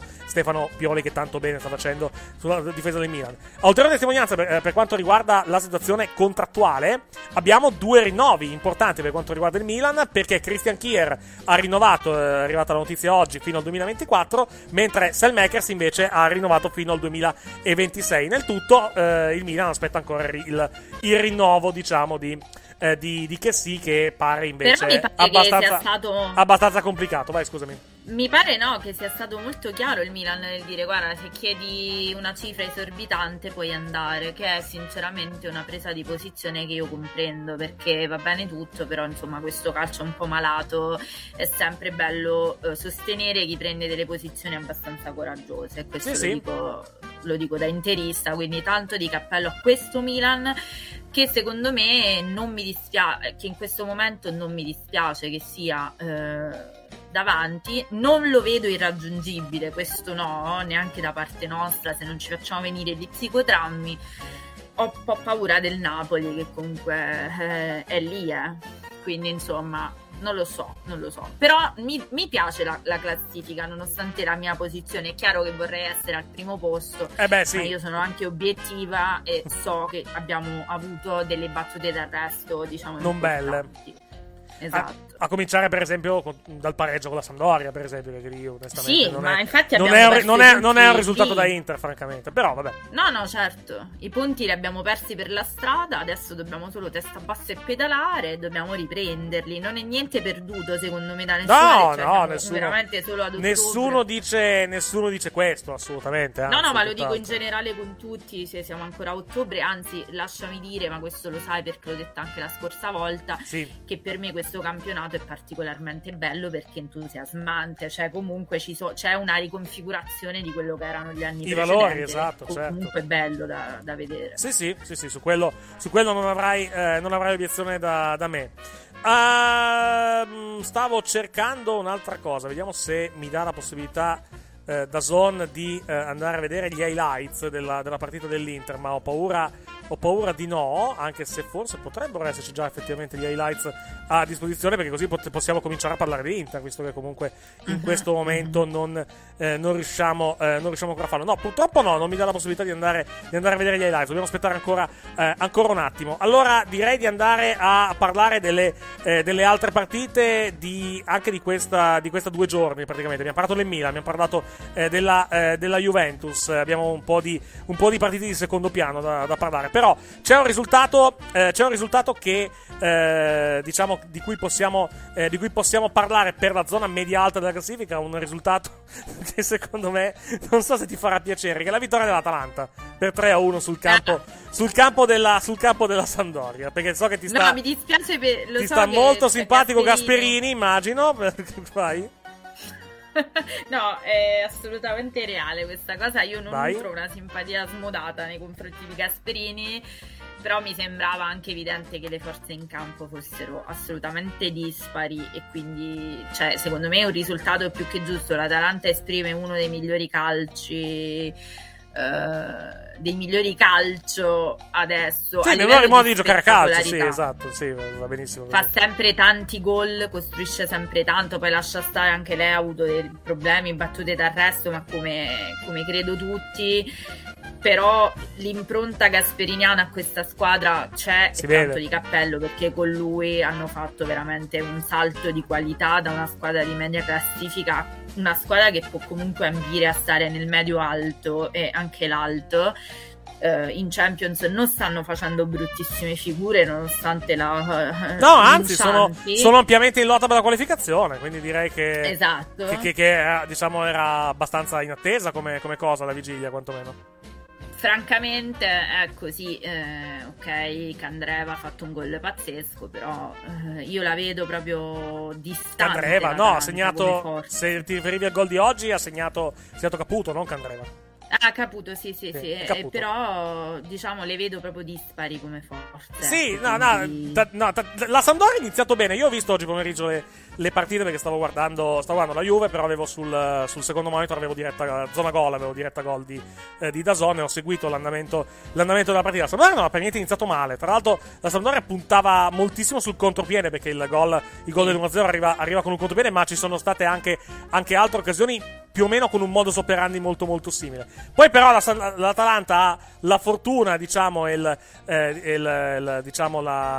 Stefano Pioli, che tanto bene sta facendo sulla difesa del Milan. A ulteriore testimonianza per quanto riguarda la situazione contrattuale, abbiamo 2 rinnovi importanti per quanto riguarda il Milan, perché Christian Kier ha rinnovato, è arrivata la notizia oggi, fino al 2024, mentre Selmakers invece ha rinnovato fino al 2026. Nel tutto il Milan aspetta ancora il rinnovo, diciamo, di Kessie, che pare invece abbastanza complicato. Vai, scusami. Mi pare che sia stato molto chiaro il Milan nel dire: guarda, se chiedi una cifra esorbitante puoi andare, che è sinceramente una presa di posizione che io comprendo, perché va bene tutto, però insomma questo calcio un po' malato, è sempre bello sostenere chi prende delle posizioni abbastanza coraggiose, e questo lo dico da interista, quindi tanto di cappello a questo Milan, che secondo me non mi dispiace, che in questo momento non mi dispiace che sia davanti. Non lo vedo irraggiungibile, questo no, neanche da parte nostra, se non ci facciamo venire gli psicodrammi. Ho un po' paura del Napoli, che comunque è lì, quindi insomma non lo so, però mi piace la classifica, nonostante la mia posizione. È chiaro che vorrei essere al primo posto, ma io sono anche obiettiva e so che abbiamo avuto delle battute d'arresto, diciamo, non belle. Esatto. A cominciare per esempio dal pareggio con la Sampdoria, per esempio, che io onestamente infatti non è un risultato da Inter, francamente, però vabbè. No, certo, i punti li abbiamo persi per la strada, adesso dobbiamo solo testa bassa e pedalare, dobbiamo riprenderli. Non è niente perduto, secondo me, da nessuno. Nessuno, veramente solo ad nessuno dice questo, assolutamente. Anzi, ma lo dico in generale con tutti, se siamo ancora a ottobre, anzi, lasciami dire, ma questo lo sai perché l'ho detto anche la scorsa volta, che per me questo campionato è particolarmente bello perché entusiasmante, cioè comunque c'è una riconfigurazione di quello che erano gli anni precedenti. I valori, esatto, comunque è bello da vedere. Sì, su quello non avrai obiezione da me. Stavo cercando un'altra cosa, vediamo se mi dà la possibilità DAZN di andare a vedere gli highlights della partita dell'Inter, ma ho paura di no, anche se forse potrebbero esserci già effettivamente gli highlights a disposizione, perché così possiamo cominciare a parlare di Inter, visto che comunque in questo momento non riusciamo ancora a farlo. No, purtroppo no, non mi dà la possibilità di andare a vedere gli highlights, dobbiamo aspettare ancora un attimo. Allora direi di andare a parlare delle altre partite anche di questa 2 giorni praticamente. Abbiamo parlato del Milan, abbiamo parlato della Juventus, abbiamo un po' di partite di secondo piano da parlare, però c'è un risultato che diciamo di cui possiamo parlare per la zona media alta della classifica, un risultato che secondo me non so se ti farà piacere, che è la vittoria dell'Atalanta per 3-1 sul campo della Sampdoria, perché so che ti sta, mi dispiace ti sta molto simpatico Gasperini, immagino. Vai. No, è assolutamente reale questa cosa. Io non nutro una simpatia smodata nei confronti di Gasperini, però mi sembrava anche evidente che le forze in campo fossero assolutamente dispari, e quindi secondo me è un risultato più che giusto. L'Atalanta esprime uno dei migliori calci calcio adesso, nei vari modi di giocare a calcio. Sì, esatto, va benissimo così. Fa sempre tanti gol, costruisce sempre tanto, poi lascia stare, anche lei ha avuto dei problemi, battute d'arresto, ma come credo tutti. Però l'impronta gasperiniana a questa squadra c'è, e tanto di cappello, perché con lui hanno fatto veramente un salto di qualità da una squadra di media classifica, una squadra che può comunque ambire a stare nel medio alto e anche l'alto. In Champions non stanno facendo bruttissime figure, nonostante la no, anzi sono ampiamente in lotta per la qualificazione, quindi direi che esatto, che diciamo era abbastanza in attesa come cosa la vigilia, quantomeno. Francamente è così, ok, Candreva ha fatto un gol pazzesco, però io la vedo proprio distante. Candreva, no, ha segnato, se ti riferivi al gol di oggi, ha segnato Caputo, non Candreva. Ah, Caputo, sì. Caputo. Però diciamo le vedo proprio dispari come forze. Sì, quindi... la Sampdoria ha iniziato bene. Io ho visto oggi pomeriggio le partite, perché stavo guardando la Juve, però avevo sul secondo monitor avevo diretta zona gol di DAZN, e ho seguito l'andamento della partita. La Sampdoria non ha per niente iniziato male. Tra l'altro la Sampdoria puntava moltissimo sul contropiede, perché il gol del 1-0 arriva con un contropiede, ma ci sono state anche altre occasioni più o meno con un modus operandi molto molto simile. Poi però l'Atalanta ha la fortuna, diciamo, diciamo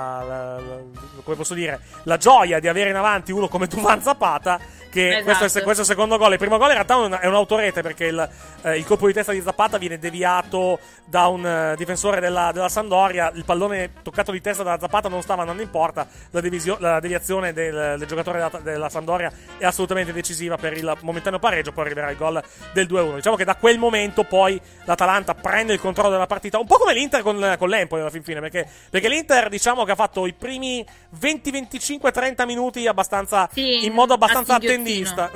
come posso dire, la gioia di avere in avanti uno come Duvan Zapata, che esatto. questo secondo gol, il primo gol in realtà è un'autorete, perché il colpo di testa di Zapata viene deviato da un difensore della Sampdoria. Il pallone toccato di testa da Zapata non stava andando in porta. La deviazione del giocatore della Sampdoria è assolutamente decisiva per il momentaneo pareggio. Poi arriverà il gol del 2-1. Diciamo che da quel momento poi l'Atalanta prende il controllo della partita, un po' come l'Inter con l'Empoli alla fin fine, perché l'Inter, diciamo che ha fatto i primi 20, 25, 30 minuti abbastanza in modo abbastanza attendista,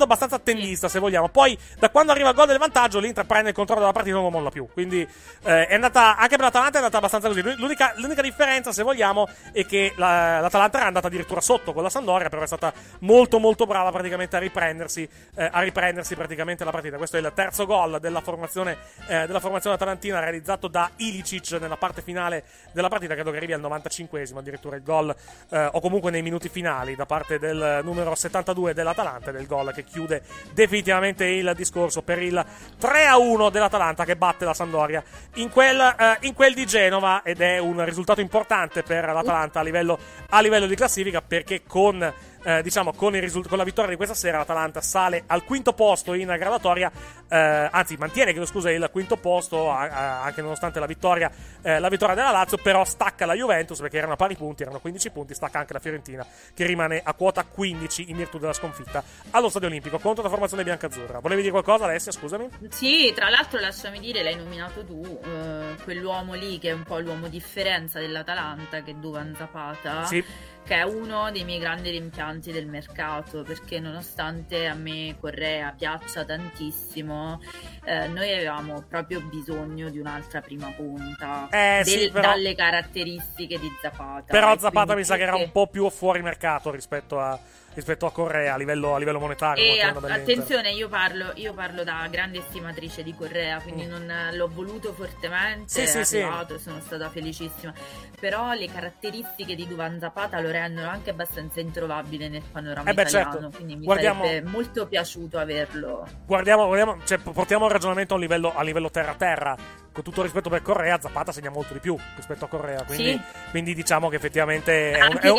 se vogliamo. Poi da quando arriva il gol del vantaggio l'Inter prende il controllo della partita e non lo molla più. Quindi è andata, anche per l'Atalanta è andata abbastanza così. L'unica differenza, se vogliamo, è che l'Atalanta era andata addirittura sotto con la Sampdoria, però è stata molto molto brava praticamente a riprendersi praticamente la partita. Questo è il terzo gol della formazione atalantina, realizzato da Ilicic nella parte finale della partita. Credo che arrivi al 95esimo addirittura il gol, o comunque nei minuti finali, da parte del numero 72 dell'Atalanta, del gol che chiude definitivamente il discorso per il 3-1 dell'Atalanta, che batte la Sampdoria in quel di Genova, ed è un risultato importante per l'Atalanta a livello di classifica, perché con la vittoria di questa sera l'Atalanta sale al quinto posto in graduatoria, anzi mantiene il quinto posto anche nonostante la vittoria della Lazio, però stacca la Juventus, perché erano a pari punti, erano 15 punti, stacca anche la Fiorentina, che rimane a quota 15 in virtù della sconfitta allo Stadio Olimpico contro la formazione biancazzurra. Volevi dire qualcosa, Alessia? Scusami. Sì, tra l'altro lasciami dire, l'hai nominato tu, quell'uomo lì che è un po' l'uomo differenza dell'Atalanta, che è Duvan Zapata. Sì. Che è uno dei miei grandi rimpianti del mercato, perché nonostante a me Correa piaccia tantissimo, noi avevamo proprio bisogno di un'altra prima punta, dalle caratteristiche di Zapata. Però Zapata mi sa che era un po' più fuori mercato rispetto a Correa a livello monetario. E attenzione, io parlo da grande estimatrice di Correa, quindi non l'ho voluto fortemente, sono stata felicissima, però le caratteristiche di Duvan Zapata lo rendono anche abbastanza introvabile nel panorama italiano, certo. Quindi mi sarebbe molto piaciuto averlo. Portiamo il ragionamento a livello terra-terra. Con tutto rispetto per Correa, Zapata segna molto di più rispetto a Correa, quindi diciamo che effettivamente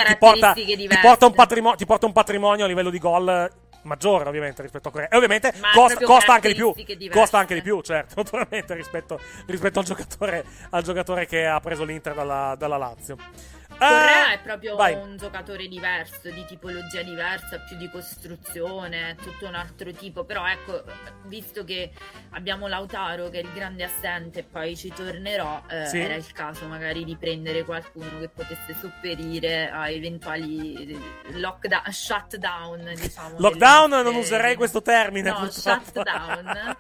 ti porta un patrimonio a livello di gol maggiore, ovviamente, rispetto a Correa. E ovviamente costa anche di più, certo, naturalmente, rispetto al giocatore che ha preso l'Inter dalla Lazio. Correa è proprio un giocatore diverso, di tipologia diversa, più di costruzione, tutto un altro tipo. Però ecco, visto che abbiamo Lautaro che è il grande assente e poi ci tornerò, era il caso magari di prendere qualcuno che potesse sopperire a eventuali shutdown, diciamo. Lockdown non userei questo termine. No, shutdown.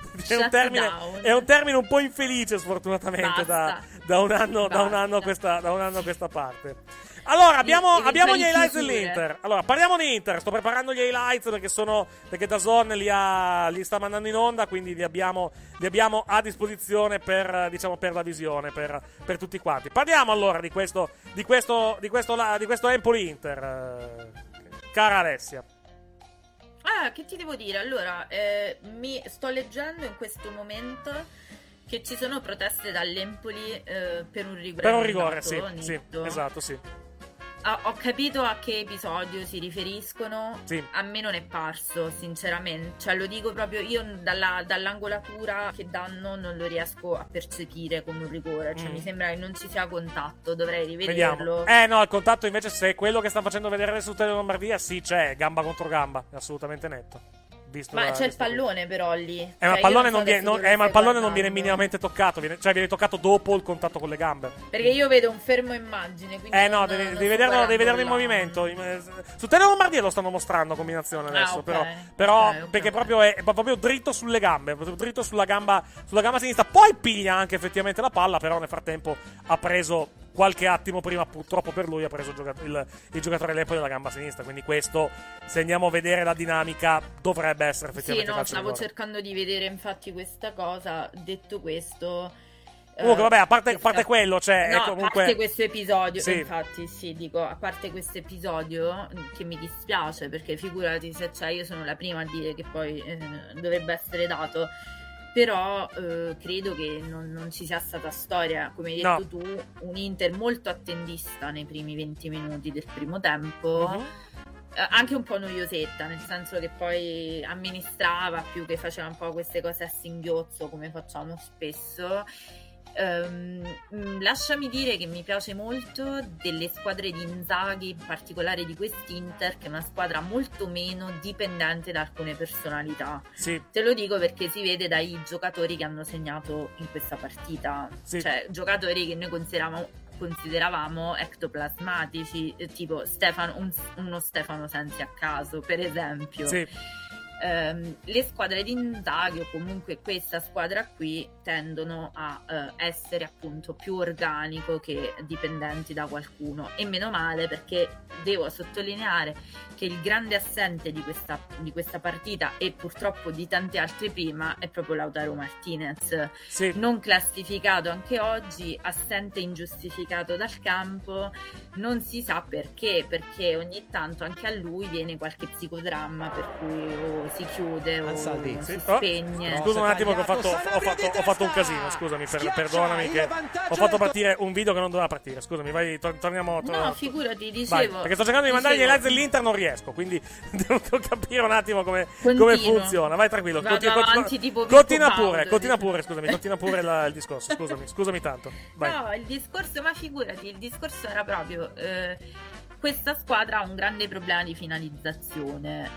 È un termine un po' infelice, sfortunatamente, da un anno a questa parte. Allora, abbiamo gli highlights dell'Inter. Allora, parliamo di Inter. Sto preparando gli highlights perché DAZN li sta mandando in onda, quindi li abbiamo a disposizione per la visione, per tutti quanti. Parliamo allora di questo Empoli Inter, cara Alessia. Che ti devo dire? Allora, mi sto leggendo in questo momento che ci sono proteste dall'Empoli per un rigore. Per un rigore, sì, esatto, sì. Ho capito a che episodio si riferiscono. Sì. A me non è parso, sinceramente. Cioè, lo dico proprio io, dall'angolatura che danno non lo riesco a percepire come un rigore. Cioè, mi sembra che non ci sia contatto. Dovrei rivederlo. Vediamo. No, il contatto invece, se è quello che sta facendo vedere adesso su Tele Lombardia, sì, c'è gamba contro gamba. È assolutamente netto. Ma c'è il pallone però lì. Ma il pallone non viene minimamente toccato, viene toccato dopo il contatto con le gambe. Perché io vedo un fermo immagine. Devi vederlo in movimento. Su Tele Lombardia lo stanno mostrando combinazione adesso. Però perché proprio è proprio dritto sulle gambe, dritto sulla gamba sinistra. Poi piglia anche effettivamente la palla, però nel frattempo ha preso qualche attimo prima, purtroppo per lui, ha preso il giocatore dell'Empoli della gamba sinistra. Quindi questo, se andiamo a vedere la dinamica, dovrebbe essere effettivamente stavo cercando di vedere infatti questa cosa. Detto questo, Comunque, vabbè, a parte quello, cioè. No, comunque... a parte questo episodio, sì. infatti, sì, dico, a parte questo episodio, che mi dispiace, perché figurati se io sono la prima a dire che poi dovrebbe essere dato. Però credo che non ci sia stata storia, come hai detto tu, un Inter molto attendista nei primi 20 minuti del primo tempo. Anche un po' noiosetta, nel senso che poi amministrava più che faceva un po' queste cose a singhiozzo come facciamo spesso. Lasciami dire che mi piace molto delle squadre di Inzaghi, in particolare di quest'Inter, che è una squadra molto meno dipendente da alcune personalità. Sì. Te lo dico perché si vede dai giocatori che hanno segnato in questa partita, cioè giocatori che noi consideravamo ectoplasmatici, tipo uno Stefano Sensi a caso, per esempio. Sì. Le squadre di Inzaghi, o comunque questa squadra qui, tendono a essere appunto più organico che dipendenti da qualcuno, e meno male, perché devo sottolineare che il grande assente di questa partita, e purtroppo di tante altre prima, è proprio Lautaro Martinez, non classificato anche oggi, assente ingiustificato dal campo. Non si sa perché ogni tanto anche a lui viene qualche psicodramma per cui si chiude o si spegne. Scusa un attimo che ho fatto un casino, scusami, perdonami, che ho fatto partire un video che non doveva partire. Scusami, vai, torniamo. No, figurati, dicevo. Vai, perché sto cercando di mandargli i live dell'Inter, non riesco, quindi devo capire un attimo come funziona. Vai tranquillo, continua pure, scusami, continua pure il discorso. Scusami tanto. Vai. No, il discorso era proprio questa squadra ha un grande problema di finalizzazione,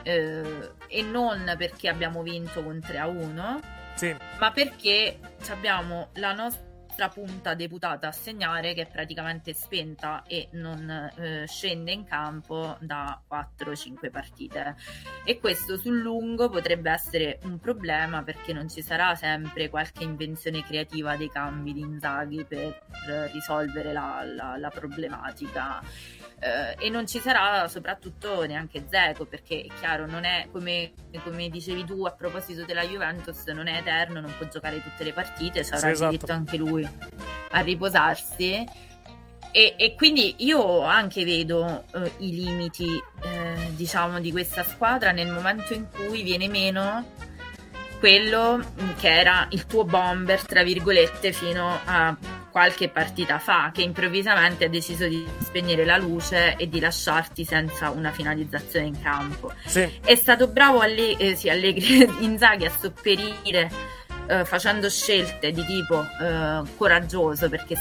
e non perché abbiamo vinto con 3-1, ma perché abbiamo la nostra punta deputata a segnare che è praticamente spenta e non scende in campo da 4-5 partite, e questo sul lungo potrebbe essere un problema, perché non ci sarà sempre qualche invenzione creativa dei cambi di Inzaghi per risolvere la problematica. E non ci sarà soprattutto neanche Dzeko, perché è chiaro, non è come dicevi tu a proposito della Juventus, non è eterno, non può giocare tutte le partite, ci avrà diritto anche lui a riposarsi, e quindi io anche vedo i limiti diciamo di questa squadra nel momento in cui viene meno quello che era il tuo bomber, tra virgolette, fino a qualche partita fa, che improvvisamente ha deciso di spegnere la luce e di lasciarti senza una finalizzazione in campo. È stato bravo Allegri Inzaghi a sopperire facendo scelte di tipo coraggioso, perché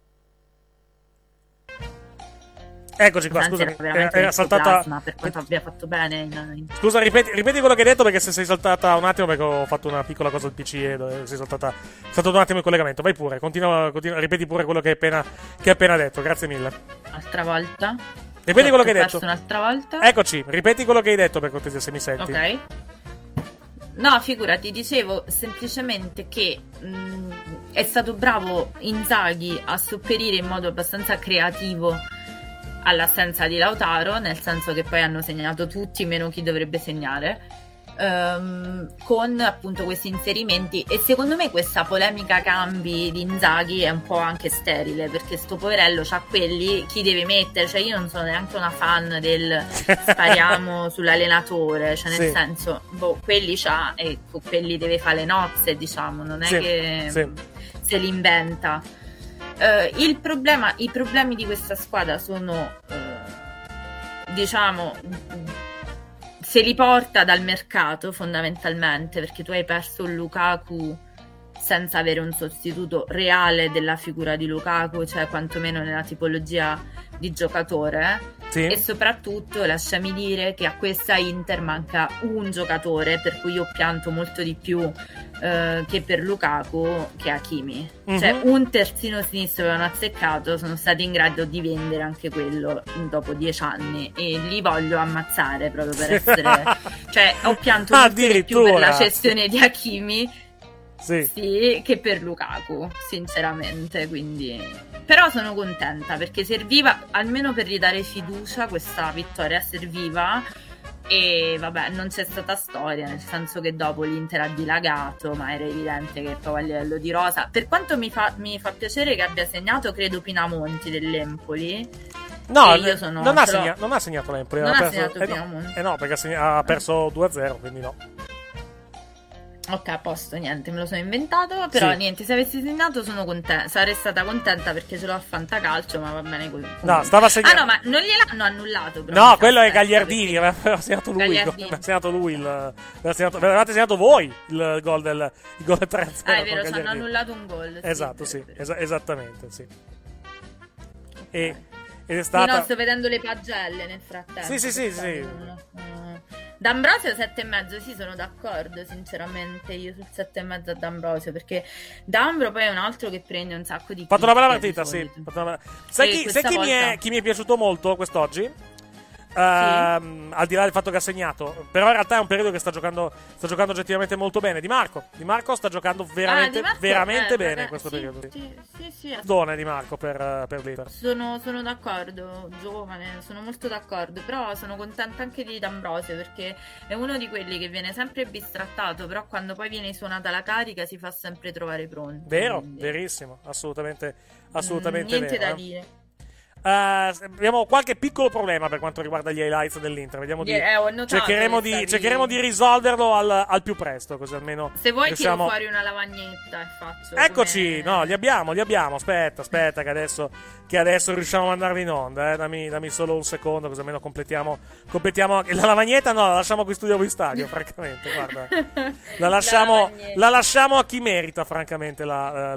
eccoci qua, scusami, era saltata per quanto abbia fatto bene Scusa, ripeti quello che hai detto, perché se sei saltata un attimo, perché ho fatfatto una piccola cosa al PC e sei saltata un attimo il collegamento. Vai pure, continua, ripeti pure quello che hai appena detto, grazie mille. Altra volta. Ripeti quello che hai detto. Un'altra volta. Eccoci, ripeti quello che hai detto, per cortesia, se mi senti. Ok. No, figurati, dicevo semplicemente che è stato bravo Inzaghi a sopperire in modo abbastanza creativo all'assenza di Lautaro, nel senso che poi hanno segnato tutti meno chi dovrebbe segnare, con appunto questi inserimenti, e secondo me questa polemica cambi di Inzaghi è un po' anche sterile, perché sto poverello c'ha quelli, chi deve mettere, cioè io non sono neanche una fan del spariamo sull'allenatore, cioè nel senso, quelli c'ha e con quelli deve fare le nozze, diciamo, non è che se li inventa. I problemi di questa squadra sono diciamo, se li porta dal mercato fondamentalmente, perché tu hai perso un Lukaku senza avere un sostituto reale della figura di Lukaku, cioè quantomeno nella tipologia di giocatore, e soprattutto lasciami dire che a questa Inter manca un giocatore per cui io ho pianto molto di più che per Lukaku, che Hakimi. Cioè un terzino sinistro che hanno azzeccato, sono stati in grado di vendere anche quello dopo 10 anni, e li voglio ammazzare proprio per essere cioè ho pianto molto di più per la cessione di Hakimi che per Lukaku, sinceramente, quindi però sono contenta perché serviva, almeno per ridare fiducia, questa vittoria serviva E vabbè, non c'è stata storia, nel senso che dopo l'Inter ha dilagato, ma era evidente che proprio a livello di rosa, per quanto mi fa piacere che abbia segnato, credo, Pinamonti dell'Empoli. No, io sono, non ha segnato l'Empoli. Non ha segnato Pinamonti. No, perché ha perso 2-0, quindi no. Ok, a posto, niente, me lo sono inventato. Però sì. Niente, se avessi segnato sono contenta. Sarei stata contenta perché ce l'ho a Fantacalcio, ma va bene così. No, stava segnando. Ah no, ma non gliel'hanno annullato. Però no, quello è Gagliardini, aveva segnato lui. Avevate segnato voi il gol del 3-0. Ah, è vero, ci hanno annullato un gol. Esatto, sì, esattamente, sì. Ed è stata... stata... no, sto vedendo le pagelle nel frattempo. Sì. D'Ambrosio 7,5, sì, sono d'accordo sinceramente io sul 7,5 a D'Ambrosio, perché D'Ambro poi è un altro che prende un sacco di fatto una bella partita, sì. Sai chi mi è piaciuto molto quest'oggi? Al di là del fatto che ha segnato, però in realtà è un periodo che sta giocando oggettivamente molto bene. Di Marco sta giocando veramente bene in questo periodo. Sì. Done Di Marco per l'Inter. Sono d'accordo, giovane, sono molto d'accordo, però sono contenta anche di D'Ambrosio perché è uno di quelli che viene sempre bistrattato, però quando poi viene suonata la carica si fa sempre trovare pronto. Vero, quindi... verissimo, assolutamente niente vero. Da dire. Abbiamo qualche piccolo problema per quanto riguarda gli highlights dell'Inter. Vediamo cercheremo di risolverlo al più presto, così almeno se vuoi riusciamo... tiro fuori una lavagnetta e faccio eccoci, no, li abbiamo. Aspetta che adesso riusciamo a mandarli in onda, dammi solo un secondo, così almeno completiamo la lavagnetta. No, la lasciamo qui studio in stadio, francamente, guarda. La lasciamo a chi merita, francamente, la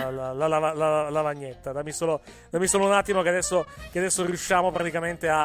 lavagnetta. Dammi solo un attimo che adesso riusciamo praticamente a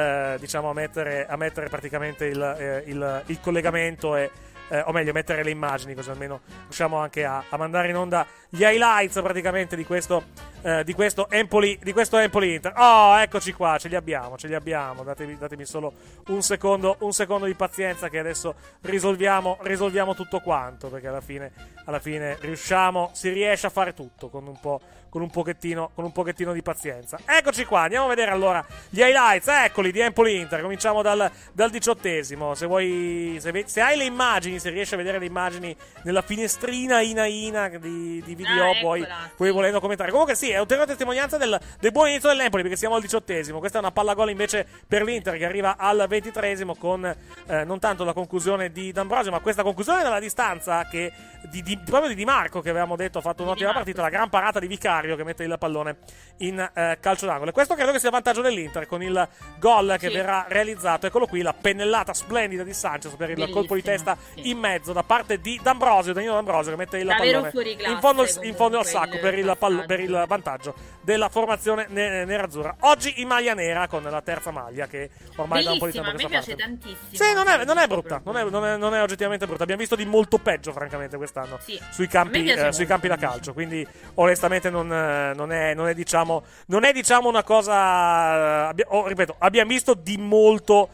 mettere praticamente il collegamento o meglio mettere le immagini, così almeno riusciamo anche a mandare in onda gli highlights praticamente di questo Empoli Inter. Oh, eccoci qua, ce li abbiamo. Datemi solo un secondo di pazienza che adesso risolviamo tutto quanto, perché alla fine si riesce a fare tutto con un pochettino di pazienza. Eccoci qua, andiamo a vedere allora gli highlights, eccoli, di Empoli Inter. Cominciamo dal 18esimo. Se hai le immagini, se riesci a vedere le immagini nella finestrina di video, puoi volendo commentare. Comunque sì, è ulteriore testimonianza del buon inizio dell'Empoli, perché siamo al 18esimo. Questa è una palla gol invece per l'Inter che arriva al 23esimo con non tanto la conclusione di D'Ambrosio, ma questa conclusione dalla distanza che proprio di Di Marco, che avevamo detto ha fatto un'ottima partita, la gran parata di Vicario che mette il pallone in calcio d'angolo. E questo credo che sia il vantaggio dell'Inter con il gol che verrà realizzato. Eccolo qui, la pennellata splendida di Sanchez per il colpo di testa in mezzo da parte di Danilo D'Ambrosio, che mette il pallone in fondo al sacco per il vantaggio della formazione nerazzurra. Oggi in maglia nera con la terza maglia, che ormai da un po' di tempo che sta parte. A me piace tantissimo. Sì, non è brutta, non è oggettivamente brutta. Abbiamo visto di molto peggio, francamente, quest'anno sui campi da calcio, quindi onestamente non è diciamo una cosa, ripeto, abbiamo visto di molto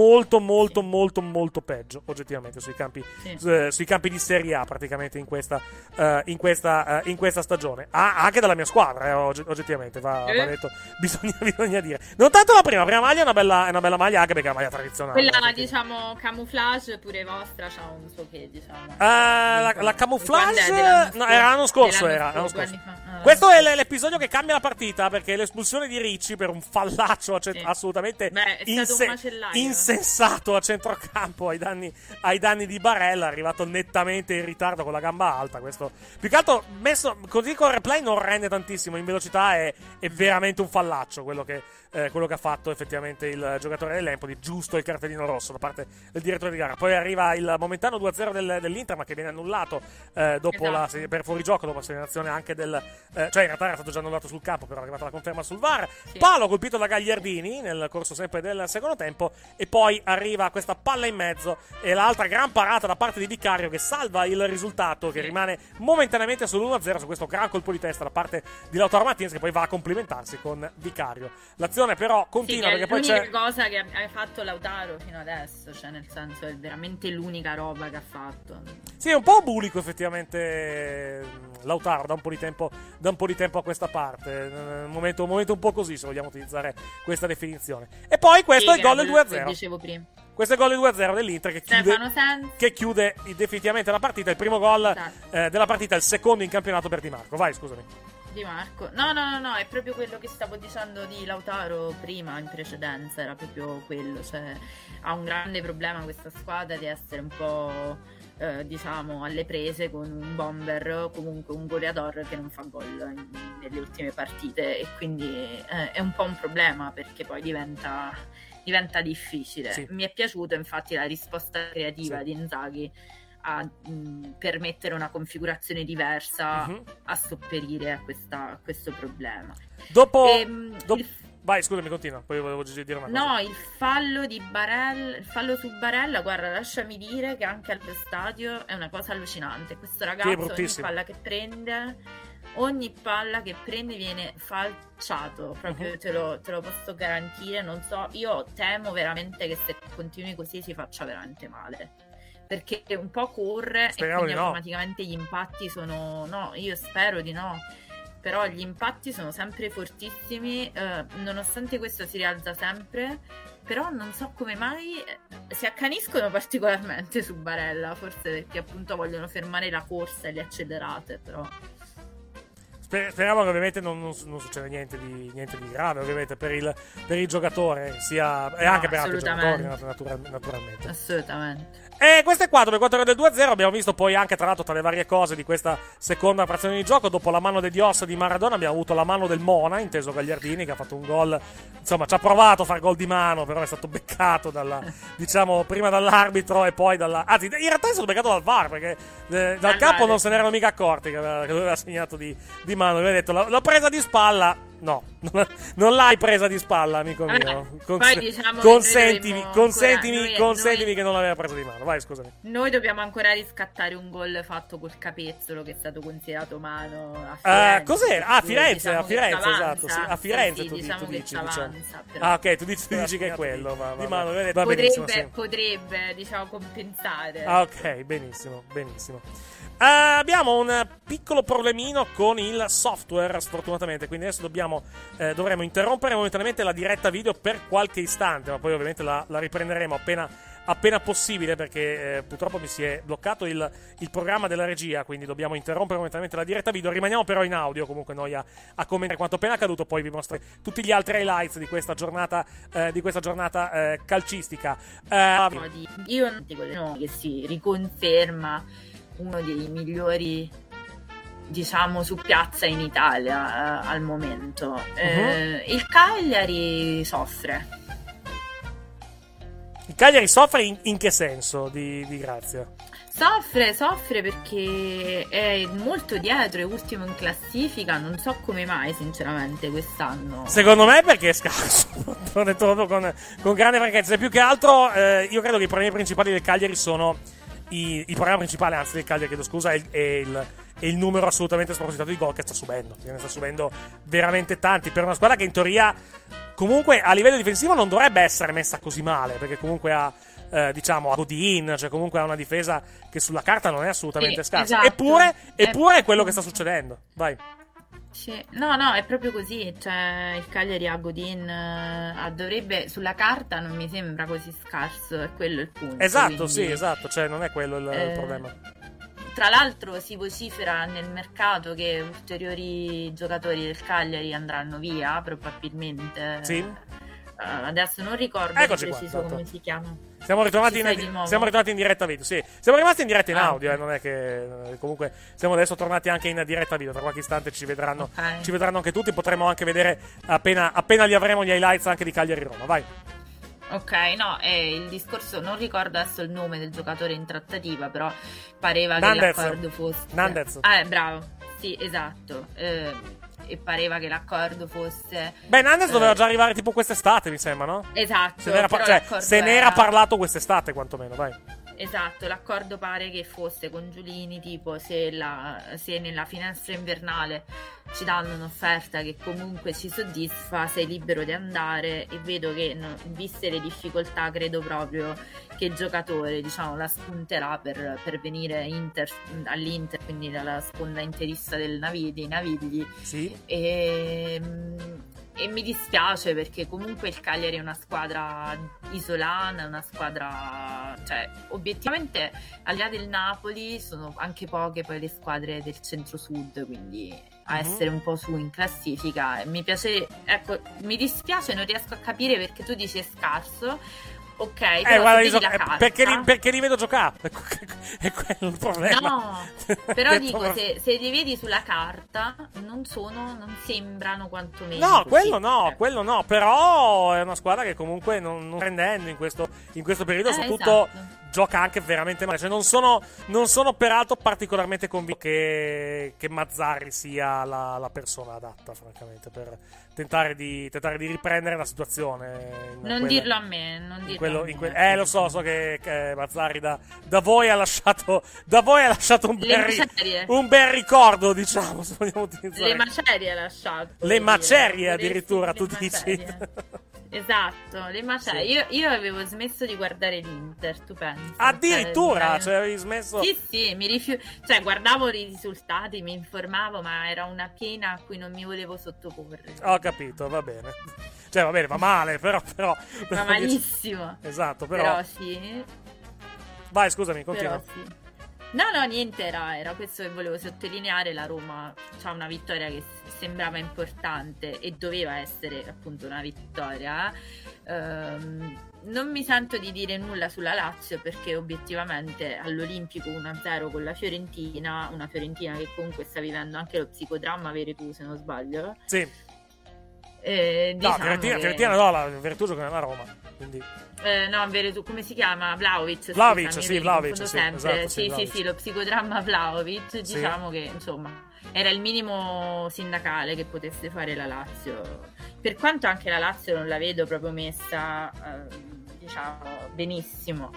peggio oggettivamente sui campi di Serie A praticamente in questa stagione, anche dalla mia squadra, oggettivamente va detto, bisogna dire. Non tanto la prima maglia è una bella maglia, anche perché è una maglia tradizionale, quella diciamo camouflage pure vostra c'ha un suo che diciamo la camouflage no, era l'anno scorso. Questo è l'episodio che cambia la partita, perché l'espulsione di Ricci per un fallaccio assolutamente insensato a centrocampo ai danni di Barella, arrivato nettamente in ritardo con la gamba alta. Questo più che altro messo così con replay non rende tantissimo, in velocità è veramente un fallaccio quello che ha fatto effettivamente il giocatore dell'Empoli. Giusto il cartellino rosso da parte del direttore di gara. Poi arriva il momentaneo 2-0 dell'Inter, ma che viene annullato per fuorigioco, dopo la segnalazione anche cioè in realtà era stato già annullato sul campo, però è arrivata la conferma sul VAR. Palo colpito da Gagliardini nel corso sempre del secondo tempo, e poi arriva questa palla in mezzo e l'altra gran parata da parte di Vicario, che salva il risultato, che rimane momentaneamente sull'1-0 su questo gran colpo di testa da parte di Lautaro Martinez, che poi va a complimentarsi con Vicario. L'azione però continua, perché poi c'è l'unica cosa che ha fatto Lautaro fino adesso, cioè nel senso è veramente l'unica roba che ha fatto. Sì, è un po' bulico effettivamente Lautaro da un po' di tempo a questa parte, un momento un po' così, se vogliamo utilizzare questa definizione. E poi questo è il gol del 2-0. Dicevo prima. Questo è il gol di 2-0 dell'Inter che chiude definitivamente la partita. Il primo gol della partita, il secondo in campionato per Di Marco. Vai, scusami. Di Marco. No, è proprio quello che stavo dicendo di Lautaro prima, in precedenza, era proprio quello. Cioè, ha un grande problema questa squadra di essere un po', diciamo, alle prese con un bomber, comunque un goleador che non fa gol nelle ultime partite, e quindi è un po' un problema, perché poi diventa difficile. Sì. Mi è piaciuto infatti la risposta creativa di Inzaghi a permettere una configurazione diversa a sopperire a questo problema. Vai, scusami, continua, poi volevo dire una cosa. No, il fallo su Barella, guarda, lasciami dire che anche allo stadio è una cosa allucinante. Questo ragazzo ogni palla che prende viene falciato, proprio te lo posso garantire. Non so, io temo veramente che se continui così si faccia veramente male, perché un po' corre. Speriamo, e quindi di no. automaticamente gli impatti sono... No, io spero di no, però gli impatti sono sempre fortissimi, nonostante questo si rialza sempre, però non so come mai si accaniscono particolarmente su Barella, forse perché appunto vogliono fermare la corsa e le accelerate, però... Speriamo che ovviamente non succeda niente di grave, ovviamente per il giocatore, sia e anche per altri giocatori, naturalmente. Assolutamente. E questo è quanto per quanto riguarda il 2-0. Abbiamo visto poi anche, tra l'altro, tra le varie cose di questa seconda frazione di gioco, dopo la mano del Dios di Maradona abbiamo avuto la mano del Mona, inteso Gagliardini, che ha fatto un gol, insomma ci ha provato a far gol di mano, però è stato beccato diciamo prima dall'arbitro e poi anzi, in realtà è stato beccato dal VAR, perché dal campo non se ne erano mica accorti che aveva segnato di mano. Aveva detto l'ho presa di spalla. No, non l'hai presa di spalla, amico mio. Consentimi che non l'aveva presa di mano. Vai, scusami. Noi dobbiamo ancora riscattare un gol fatto col capezzolo, che è stato considerato mano a Firenze. Cos'era? A Firenze, esatto. Sì, a Firenze tu dici. Ah, ok, tu dici che è quello. Di mano, potrebbe, diciamo, compensare. Ah, ok, benissimo. Abbiamo un piccolo problemino con il software, sfortunatamente, quindi adesso dovremo interrompere momentaneamente la diretta video per qualche istante, ma poi ovviamente la riprenderemo appena possibile, perché purtroppo mi si è bloccato il programma della regia, quindi dobbiamo interrompere momentaneamente la diretta video. Rimaniamo però in audio comunque noi a commentare quanto appena accaduto, poi vi mostro tutti gli altri highlights di questa giornata calcistica. Io non dico che si riconferma uno dei migliori, diciamo, su piazza in Italia al momento. Il Cagliari soffre. Il Cagliari soffre in che senso, di Grazia? Soffre perché è molto dietro, è ultimo in classifica, non so come mai sinceramente quest'anno. Secondo me perché è scarso, l'ho detto proprio con grande franchezza, e più che altro io credo che i problemi principali del Cagliari sono il problema principale, anzi del Cagliari, chiedo scusa, è il numero assolutamente spropositato di gol che sta subendo. Ne sta subendo veramente tanti per una squadra che in teoria comunque a livello difensivo non dovrebbe essere messa così male, perché comunque ha Godin, cioè comunque ha una difesa che sulla carta non è assolutamente scarsa. Esatto. Eppure è quello che sta succedendo. Vai. Sì. No, è proprio così. Cioè, il Cagliari a Godin dovrebbe, sulla carta non mi sembra così scarso, è quello il punto. Esatto, quindi, sì, esatto, cioè non è quello il problema. Tra l'altro si vocifera nel mercato che ulteriori giocatori del Cagliari andranno via, probabilmente. Sì. Adesso non ricordo preciso come si chiama. Siamo ritornati in diretta video, sì. Siamo rimasti in diretta in audio, non è che comunque siamo adesso tornati anche in diretta video. Tra qualche istante ci vedranno anche tutti, potremo anche vedere appena li avremo gli highlights anche di Cagliari Roma. Vai. Ok, no, il discorso, non ricordo adesso il nome del giocatore in trattativa, però pareva che l'accordo fosse... Nandez. Bravo, sì, esatto. E pareva che l'accordo fosse... Nandez doveva già arrivare tipo quest'estate, mi sembra, no? Esatto. Se ne era parlato quest'estate, quantomeno, vai. Esatto, l'accordo pare che fosse con Giulini, tipo se nella finestra invernale ci danno un'offerta che comunque ci soddisfa, sei libero di andare, e vedo che viste le difficoltà credo proprio che il giocatore, diciamo, la spunterà per venire all'Inter, quindi dalla sponda interista dei Navigli. Sì. E mi dispiace perché comunque il Cagliari è una squadra isolana, una squadra, cioè obiettivamente al di là del Napoli sono anche poche poi le squadre del centro-sud, quindi a essere un po' su in classifica. E mi piace, ecco, mi dispiace, non riesco a capire perché tu dici è scarso. Ok, però guarda, perché li vedo giocare. È quello il problema. No, però dico, se li vedi sulla carta, non sembrano quantomeno. No, così. quello no. Però è una squadra che comunque non prendendo in questo periodo, soprattutto gioca anche veramente male. Cioè, non sono peraltro particolarmente convinto che Mazzarri sia la persona adatta, francamente, per tentare di riprendere la situazione. Non dirlo a me, non dirlo a me. Lo so che Mazzarri da voi ha lasciato un bel ricordo, diciamo, se vogliamo utilizzare. Le macerie ha lasciato. Le macerie addirittura, tu dici. Esatto, le macerie. Io avevo smesso di guardare l'Inter, tu pensi? Addirittura, cioè avevi smesso? Sì, cioè guardavo i risultati, mi informavo, ma era una piena a cui non mi volevo sottoporre. Ho capito, va bene. Cioè va bene, va male, però va malissimo. Esatto, però sì. Vai, scusami, continua. Però sì. No, niente, era questo che volevo sottolineare. La Roma c'ha una vittoria che sembrava importante e doveva essere appunto una vittoria. Non mi sento di dire nulla sulla Lazio perché obiettivamente all'Olimpico 1-0 con la Fiorentina, una Fiorentina che comunque sta vivendo anche lo psicodramma Veretù, se non sbaglio. Sì. Diciamo Fiorentina no, la Veretù gioca nella Roma, quindi... no, Veretù, come si chiama? Vlahovic, Vlahovic, sempre. esatto, sì, lo psicodramma Vlahovic, diciamo che insomma era il minimo sindacale che potesse fare la Lazio, per quanto anche la Lazio non la vedo proprio messa diciamo benissimo.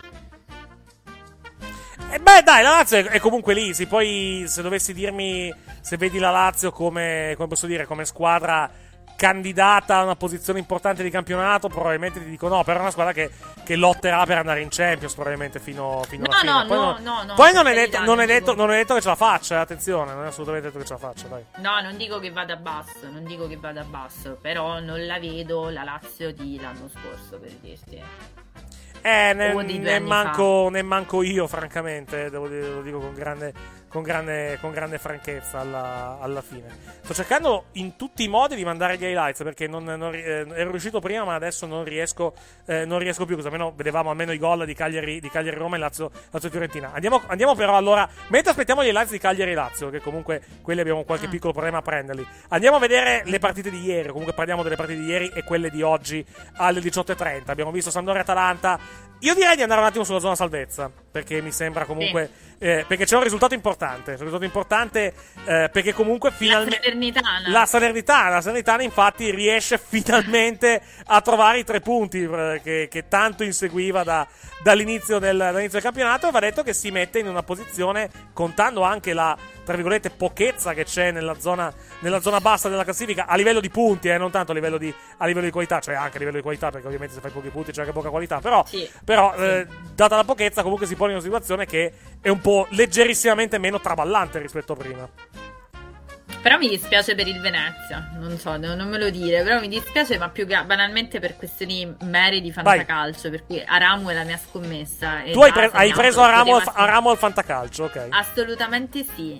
Beh dai, la Lazio è comunque lì. Se dovessi dirmi se vedi la Lazio come posso dire, come squadra candidata a una posizione importante di campionato, probabilmente ti dico no, però è una squadra che lotterà per andare in Champions probabilmente fino alla fine. Poi non è detto che ce la faccia, attenzione, non è assolutamente detto che ce la faccia, dai. No, non dico che vada a basso, però non la vedo la Lazio di l'anno scorso, per dirti. Ne manco io, francamente, lo dico con grande franchezza alla fine. Sto cercando in tutti i modi di mandare gli highlights perché ero riuscito prima, ma adesso non riesco più. Così almeno vedevamo almeno i gol di Cagliari Roma e Lazio Fiorentina. Andiamo però allora, mentre aspettiamo gli highlights di Cagliari e Lazio, che comunque quelli abbiamo qualche piccolo problema a prenderli, andiamo a vedere le partite di ieri. Comunque parliamo delle partite di ieri e quelle di oggi alle 18:30. Abbiamo visto Sampdoria-Atalanta. Io direi di andare un attimo sulla zona salvezza, perché mi sembra comunque perché c'è un risultato importante perché comunque finalmente la Salernitana infatti riesce finalmente a trovare i 3 punti che tanto inseguiva dall'inizio del campionato, e va detto che si mette in una posizione, contando anche la, tra virgolette, pochezza che c'è nella zona bassa della classifica a livello di punti, non tanto a livello di qualità, cioè anche a livello di qualità, perché ovviamente se fai pochi punti c'è anche poca qualità, però data la pochezza comunque si pone in una situazione che è un po' leggerissimamente meno traballante rispetto a prima. Però mi dispiace per il Venezia, non so, non me lo dire, però mi dispiace, ma più banalmente per questioni mere di fantacalcio, per cui Aramu è la mia scommessa. Tu hai preso Aramu al fantacalcio, ok? Assolutamente sì,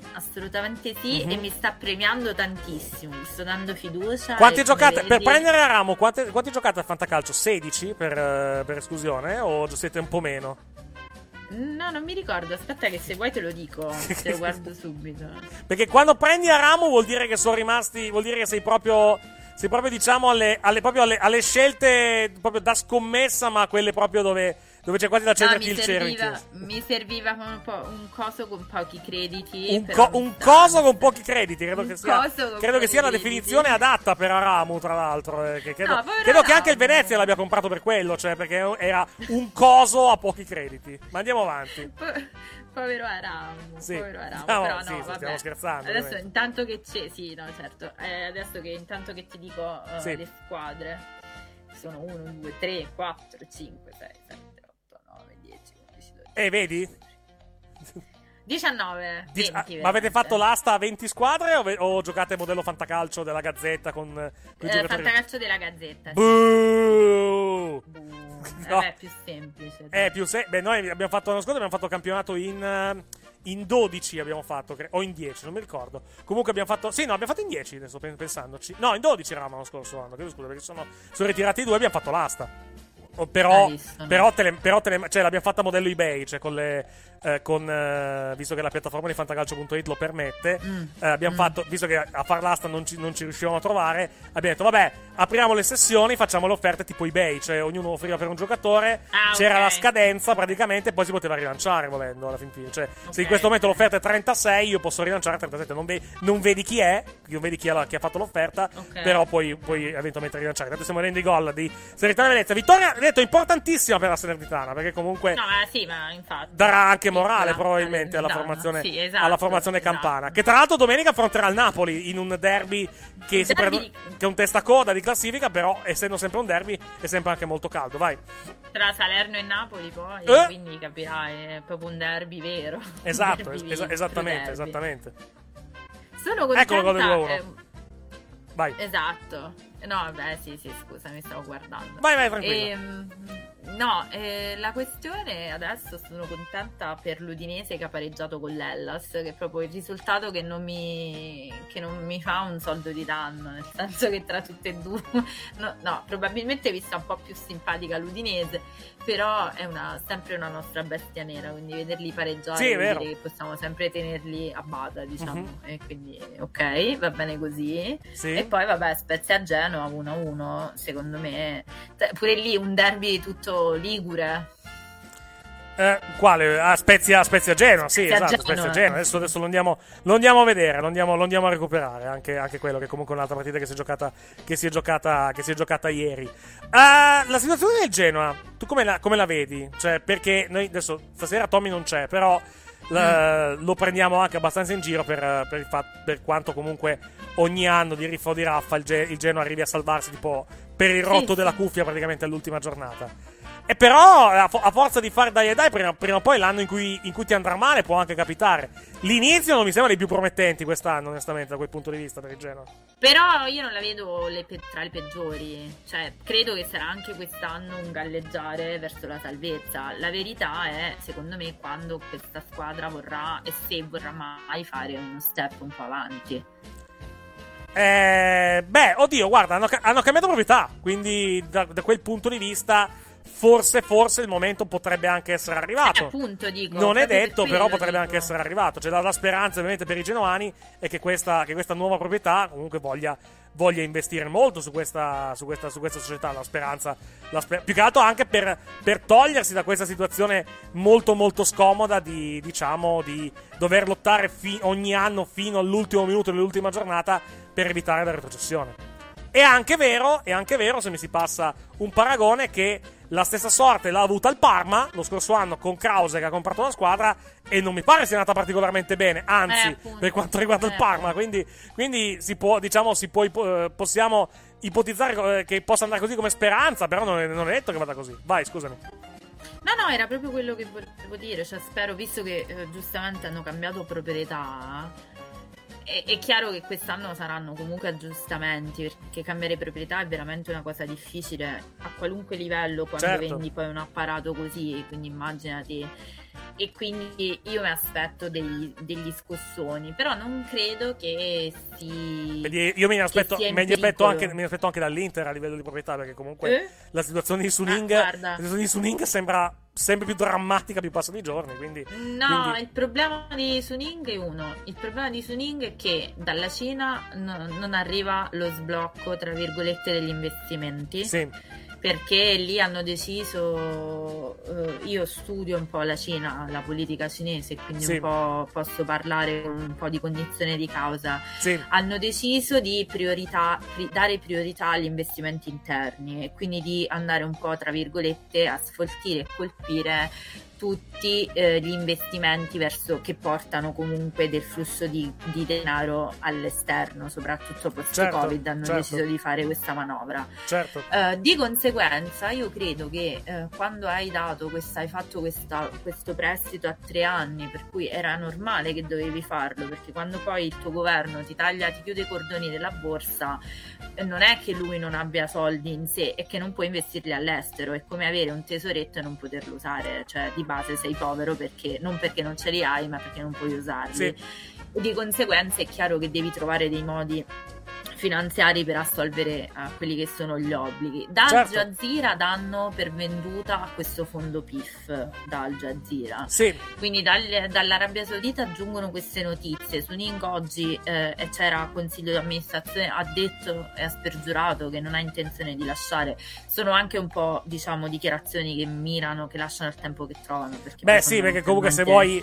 e mi sta premiando tantissimo, mi sto dando fiducia. Quanti giocate? Per prendere Aramu, quanti giocate al fantacalcio? 16 per esclusione, o siete un po' meno? No, non mi ricordo. Aspetta che se vuoi te lo dico. Te lo guardo subito. Perché quando prendi Aramu vuol dire che sono rimasti, vuol dire che sei proprio diciamo alle scelte proprio da scommessa, ma quelle proprio dove c'è quasi da accenderti il cerchio. Mi serviva un coso con pochi crediti. Un coso con pochi crediti, credo che sia la definizione adatta per Aramu, tra l'altro. Credo che anche il Venezia l'abbia comprato per quello, cioè perché era un coso a pochi crediti. Ma andiamo avanti. Povero Aramu. Sì. Però sì, vabbè. Stiamo scherzando. Adesso intanto che c'è, sì, no, certo. Adesso che intanto che ti dico le squadre sono 1, 2, 3, 4, 5, 6, 7, 8, 9, 10, 11, 12. Vedi? 19. 20, ma avete fatto l'asta a 20 squadre o giocate modello fantacalcio della Gazzetta con fantacalcio della Gazzetta. Buh! No. È più semplice. Beh, noi abbiamo fatto l'anno scorso, abbiamo fatto campionato in 12 abbiamo fatto, o in 10, non mi ricordo. Comunque abbiamo fatto abbiamo fatto in 10 adesso pensandoci. No, in 12 eravamo l'anno scorso anno, scusa, perché sono ritirati i 2 e abbiamo fatto l'asta. Però cioè l'abbiamo fatta modello eBay, cioè visto che la piattaforma di fantacalcio.it lo permette, abbiamo fatto, visto che a far l'asta non ci riuscivamo a trovare, abbiamo detto vabbè, apriamo le sessioni, facciamo le offerte tipo eBay, cioè ognuno offriva per un giocatore, c'era la scadenza praticamente, poi si poteva rilanciare volendo alla fin fine, cioè se in questo momento l'offerta è 36 io posso rilanciare a 37, non vedi chi è, non vedi chi ha fatto l'offerta, però puoi eventualmente rilanciare. Tanto stiamo vedendo i gol di Salernitana Venezia, vittoria detto importantissima per la Salernitana, perché comunque ma infatti darà anche morale probabilmente alla formazione, alla formazione campana, che tra l'altro domenica affronterà il Napoli in un derby che è un testacoda di classifica, però essendo sempre un derby è sempre anche molto caldo. Vai, tra Salerno e Napoli poi quindi capirai, è proprio un derby vero. Esatto, esattamente. Sono contenta. Ecco il gol del 2-1. Vai. Esatto. No, vabbè, sì, scusa, mi stavo guardando. Vai, tranquillo. La questione adesso sono contenta per l'Udinese che ha pareggiato con l'Hellas, che è proprio il risultato che non mi fa un soldo di danno, nel senso che tra tutte e due probabilmente vi sta un po' più simpatica l'Udinese, però è sempre una nostra bestia nera, quindi vederli pareggiare vuol dire che possiamo sempre tenerli a bada, diciamo, e quindi ok, va bene così. E poi vabbè, Spezia Genova 1-1, secondo me pure lì un derby tutto ligure. Quale? Spezia Genoa, sì, esatto, Spezia Genoa. Adesso lo andiamo a vedere, lo andiamo a recuperare, anche quello che comunque è un'altra partita che si è giocata ieri. La situazione del Genoa, tu come la vedi? Cioè, perché noi adesso stasera Tommy non c'è, però lo prendiamo anche abbastanza in giro per quanto comunque ogni anno di riffa o di raffa il Genoa arrivi a salvarsi tipo per il rotto della cuffia praticamente all'ultima giornata. E però a forza di fare dai e dai, prima o poi l'anno in cui ti andrà male può anche capitare. L'inizio non mi sembra dei più promettenti quest'anno, onestamente, da quel punto di vista per il Genoa. Però io non la vedo tra le peggiori. Cioè, credo che sarà anche quest'anno un galleggiare verso la salvezza. La verità è, secondo me, quando questa squadra vorrà, e se vorrà mai, fare uno step un po' avanti. Oddio, guarda, hanno cambiato proprietà, quindi da quel punto di vista forse il momento potrebbe anche essere arrivato. Appunto, dico, non è detto, però potrebbe anche essere arrivato. C'è la speranza ovviamente per i genoani è che questa nuova proprietà comunque voglia investire molto su questa società. La speranza più che altro anche per togliersi da questa situazione molto molto scomoda di dover lottare ogni anno fino all'ultimo minuto dell'ultima giornata per evitare la retrocessione. È anche vero, se mi si passa un paragone, che la stessa sorte l'ha avuta il Parma lo scorso anno con Krause che ha comprato la squadra e non mi pare sia andata particolarmente bene, anzi, per quanto riguarda il Parma, quindi possiamo ipotizzare che possa andare così come speranza, però non è detto che vada così. Vai, scusami. No, era proprio quello che volevo dire, cioè spero, visto che giustamente hanno cambiato proprietà. È chiaro che quest'anno saranno comunque aggiustamenti, perché cambiare proprietà è veramente una cosa difficile a qualunque livello quando vendi poi un apparato così, quindi immaginati. E quindi io mi aspetto degli scossoni, però non credo che io me ne aspetto anche dall'Inter a livello di proprietà, perché comunque la situazione di Suning sembra sempre più drammatica più passano i giorni, quindi il problema di Suning è il problema di Suning è che dalla Cina non arriva lo sblocco tra virgolette degli investimenti, perché lì hanno deciso, io studio un po' la Cina, la politica cinese, quindi un po' posso parlare con un po' di cognizione di causa. Hanno deciso di dare priorità agli investimenti interni e quindi di andare un po' tra virgolette a sfoltire e colpire tutti gli investimenti che portano comunque del flusso di denaro all'esterno, soprattutto post-Covid, hanno deciso di fare questa manovra. Di conseguenza io credo che quando hai fatto questo prestito a 3 anni, per cui era normale che dovevi farlo, perché quando poi il tuo governo ti chiude i cordoni della borsa, non è che lui non abbia soldi in sé, è che non puoi investirli all'estero. È come avere un tesoretto e non poterlo usare, cioè di base sei povero non perché non ce li hai, ma perché non puoi usarli. Di conseguenza è chiaro che devi trovare dei modi finanziari per assolvere a quelli che sono gli obblighi. Da Al Jazeera danno per venduta a questo fondo PIF da Al Jazeera. Quindi dall'Arabia Saudita giungono queste notizie. Suning oggi c'era al consiglio di amministrazione, ha detto e ha spergiurato che non ha intenzione di lasciare. Sono anche un po', diciamo, dichiarazioni che mirano, che lasciano il tempo che trovano, perché comunque se vuoi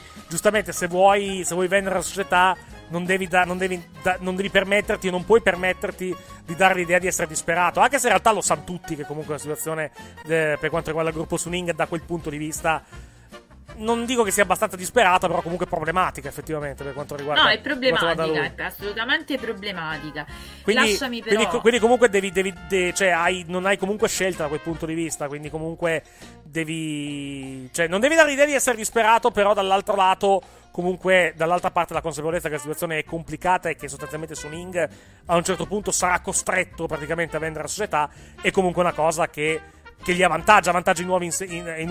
vendere la società non devi permetterti, non puoi permetterti di dare l'idea di essere disperato, anche se in realtà lo sanno tutti che comunque la situazione per quanto riguarda il gruppo Suning da quel punto di vista non dico che sia abbastanza disperata, però comunque problematica effettivamente per quanto riguarda. No, è problematica, è assolutamente problematica. Lasciami però. Quindi comunque non hai comunque scelta da quel punto di vista, quindi comunque non devi dare l'idea di essere disperato, però dall'altro lato comunque dall'altra parte la consapevolezza che la situazione è complicata e che sostanzialmente Suning a un certo punto sarà costretto praticamente a vendere la società, è comunque una cosa che gli avvantaggia i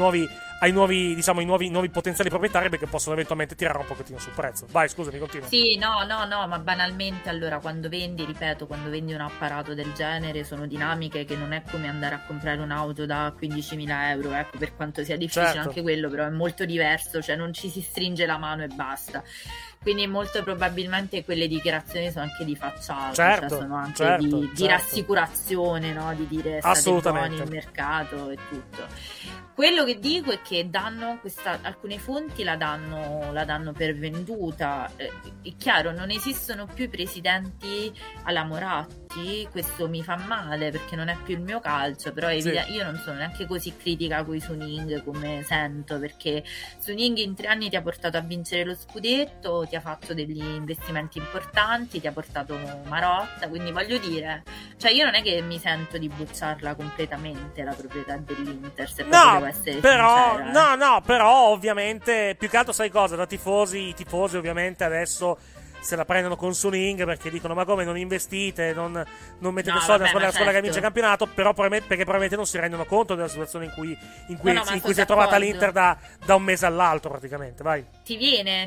nuovi potenziali proprietari, perché possono eventualmente tirare un pochettino sul prezzo. Vai, scusami, continua. Sì, no, ma banalmente allora quando vendi un apparato del genere sono dinamiche che non è come andare a comprare un'auto da 15.000 euro, ecco, per quanto sia difficile anche quello, però è molto diverso, cioè non ci si stringe la mano e basta. Quindi molto probabilmente quelle dichiarazioni sono anche di facciata, sono anche di rassicurazione, no? Di dire state buoni, il mercato e tutto. Quello che dico è che alcune fonti la danno per venduta. È chiaro, non esistono più i presidenti alla Moratti, questo mi fa male perché non è più il mio calcio, però io non sono neanche così critica con i Suning come sento, perché Suning in 3 anni ti ha portato a vincere lo scudetto, ti ha fatto degli investimenti importanti, ti ha portato Marotta, quindi voglio dire, cioè io non è che mi sento di bocciarla completamente la proprietà dell'Inter, se devo essere sincera. Però ovviamente più che altro sai cosa, i tifosi ovviamente adesso se la prendono con Suning perché dicono ma come non investite, non mettete soldi nella squadra che vince il campionato, però perché probabilmente non si rendono conto della situazione in cui si è trovata l'Inter da un mese all'altro praticamente. Vai. Ti viene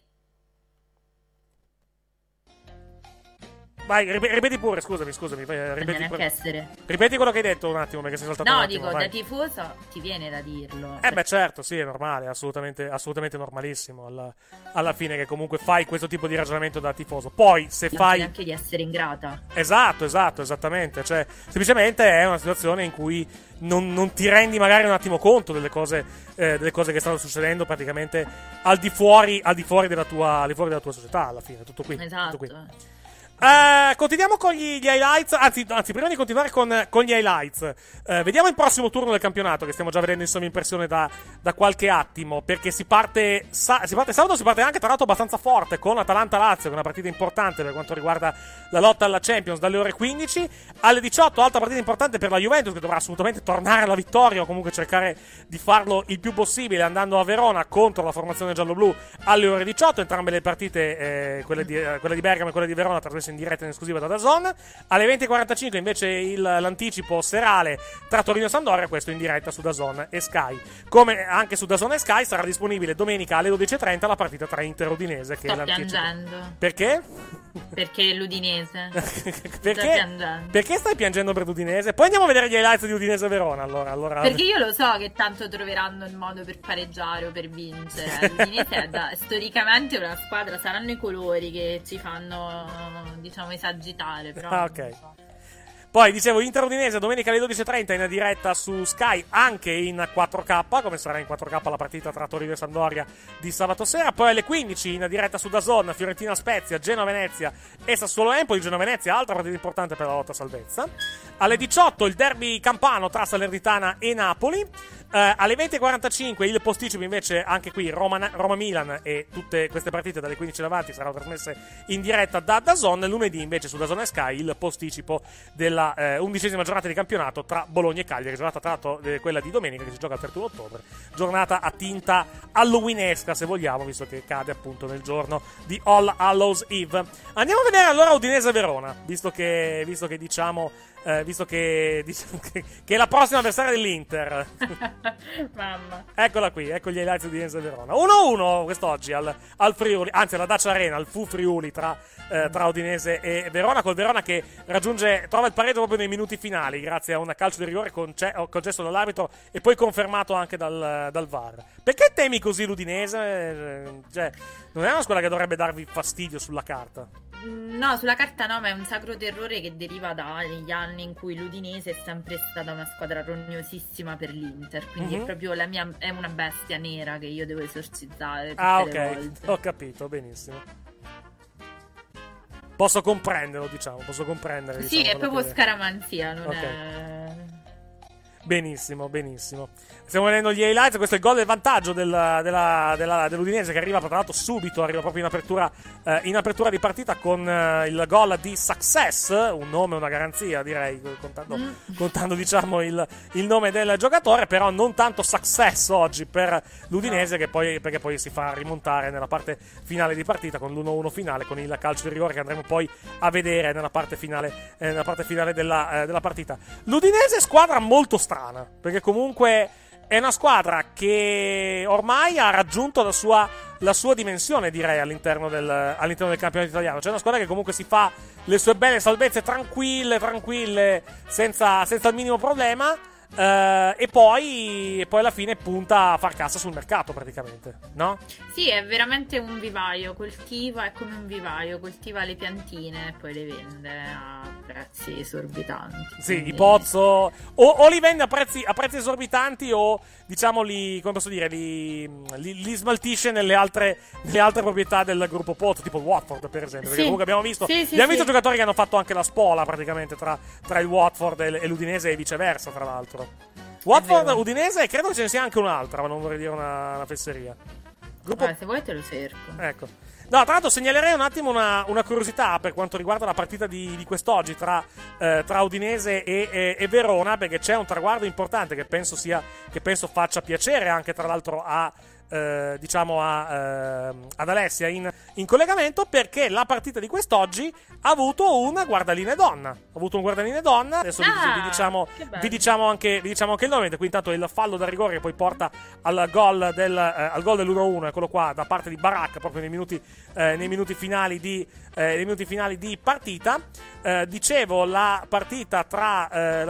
Vai, ripeti pure, scusami. Ripeti quello che hai detto un attimo, perché sei saltato un attimo. No, dico, da tifoso ti viene da dirlo. Beh, certo, sì, è normale, assolutamente normalissimo alla fine che comunque fai questo tipo di ragionamento da tifoso. Poi, se fai anche di essere ingrata. Esatto, esattamente. Cioè, semplicemente è una situazione in cui non ti rendi magari un attimo conto delle cose che stanno succedendo praticamente al di fuori della tua società, alla fine, tutto qui. Esatto. Tutto qui. Continuiamo con gli highlights. Anzi, prima di continuare con gli highlights, vediamo il prossimo turno del campionato, che stiamo già vedendo insomma in pressione da qualche attimo, perché si parte sabato, si parte anche tra l'altro abbastanza forte con Atalanta-Lazio, che è una partita importante per quanto riguarda la lotta alla Champions, dalle ore 15 alle 18. Altra partita importante per la Juventus, che dovrà assolutamente tornare alla vittoria o comunque cercare di farlo il più possibile, andando a Verona contro la formazione gialloblu alle ore 18. Entrambe le partite, quella di Bergamo e quella di Verona, trasmesse in diretta in esclusiva da DAZN. Alle 20:45 invece l'anticipo serale tra Torino e Sampdoria, questo in diretta su DAZN e Sky. Come anche su DAZN e Sky sarà disponibile domenica alle 12:30 la partita tra Inter e Udinese, che sto piangendo. Perché? Perché l'Udinese. Perché stai piangendo per l'Udinese? Poi andiamo a vedere gli highlights di Udinese e Verona. Allora. Perché io lo so che tanto troveranno il modo per pareggiare o per vincere. L'Udinese è storicamente una squadra, saranno i colori che ci fanno, diciamo, esagitare, però ok. Poi dicevo Inter Udinese domenica alle 12:30 in diretta su Sky, anche in 4K, come sarà in 4K la partita tra Torino e Sampdoria di sabato sera. Poi alle 15 in diretta su DAZN, Fiorentina Spezia, Genoa Venezia e Sassuolo Empoli. Genoa Venezia, altra partita importante per la lotta a salvezza. Alle 18 il derby campano tra Salernitana e Napoli. Alle 20:45 il posticipo invece, anche qui Roma-Milan, e tutte queste partite dalle 15 in avanti saranno trasmesse in diretta da DAZN. Lunedì invece su DAZN e Sky il posticipo della 11ª giornata di campionato tra Bologna e Cagliari, giornata tra l'altro quella di domenica che si gioca il 31 ottobre, giornata a tinta halloweenesca se vogliamo, visto che cade appunto nel giorno di All Hallows Eve. Andiamo a vedere allora Udinese-Verona, visto che è la prossima avversaria dell'Inter. Mamma. Eccola qui, ecco gli highlights di Udinese Verona. 1-1 quest'oggi al Friuli, anzi alla Dacia Arena, al Fu Friuli tra Udinese e Verona, col Verona che trova il pareggio proprio nei minuti finali grazie a un calcio di rigore concesso dall'arbitro e poi confermato anche dal VAR. Perché temi così l'Udinese? Cioè, non è una squadra che dovrebbe darvi fastidio sulla carta? No, sulla carta no, ma è un sacro terrore che deriva dagli anni in cui l'Udinese è sempre stata una squadra rognosissima per l'Inter, quindi è proprio è una bestia nera che io devo esorcizzare tutte le volte. Ho capito, benissimo. Posso comprenderlo, posso comprendere. Sì, è proprio scaramanzia, non okay. è... Benissimo. Stiamo vedendo gli highlights. Questo è il gol del vantaggio dell'Udinese, che arriva tra l'altro subito, arriva proprio in apertura di partita con il gol di Success, un nome, una garanzia direi, contando diciamo il nome del giocatore, però non tanto Success oggi per l'Udinese, perché poi si fa rimontare nella parte finale di partita con l'1-1 finale, con il calcio di rigore che andremo poi a vedere nella parte finale della partita. L'Udinese è squadra molto strana, perché comunque è una squadra che ormai ha raggiunto la sua dimensione, direi, all'interno del campionato italiano. C'è una squadra che comunque si fa le sue belle salvezze tranquille, senza il minimo problema. E poi alla fine punta a far cassa sul mercato praticamente, no? Sì, è veramente un vivaio, è come un vivaio, coltiva le piantine e poi le vende a prezzi esorbitanti. Sì, quindi... i pozzo o li vende a prezzi esorbitanti, o diciamo li smaltisce nelle altre proprietà del gruppo Pozzo, tipo il Watford per esempio, perché comunque abbiamo visto giocatori che hanno fatto anche la spola praticamente tra il Watford e l'Udinese e viceversa, tra l'altro. Watford, Udinese, e credo che ce ne sia anche un'altra, ma non vorrei dire una fesseria. Se vuoi te lo cerco. Ecco. No, tra l'altro segnalerei un attimo una curiosità per quanto riguarda la partita di quest'oggi tra Udinese e Verona, perché c'è un traguardo importante che penso faccia piacere anche tra l'altro ad Alessia in collegamento, perché la partita di quest'oggi ha avuto un guardaline donna. Adesso vi diciamo anche il nome. Qui intanto il fallo da rigore che poi porta al gol dell'1-1, eccolo qua, da parte di Barak, proprio nei minuti finali di partita. Dicevo la partita tra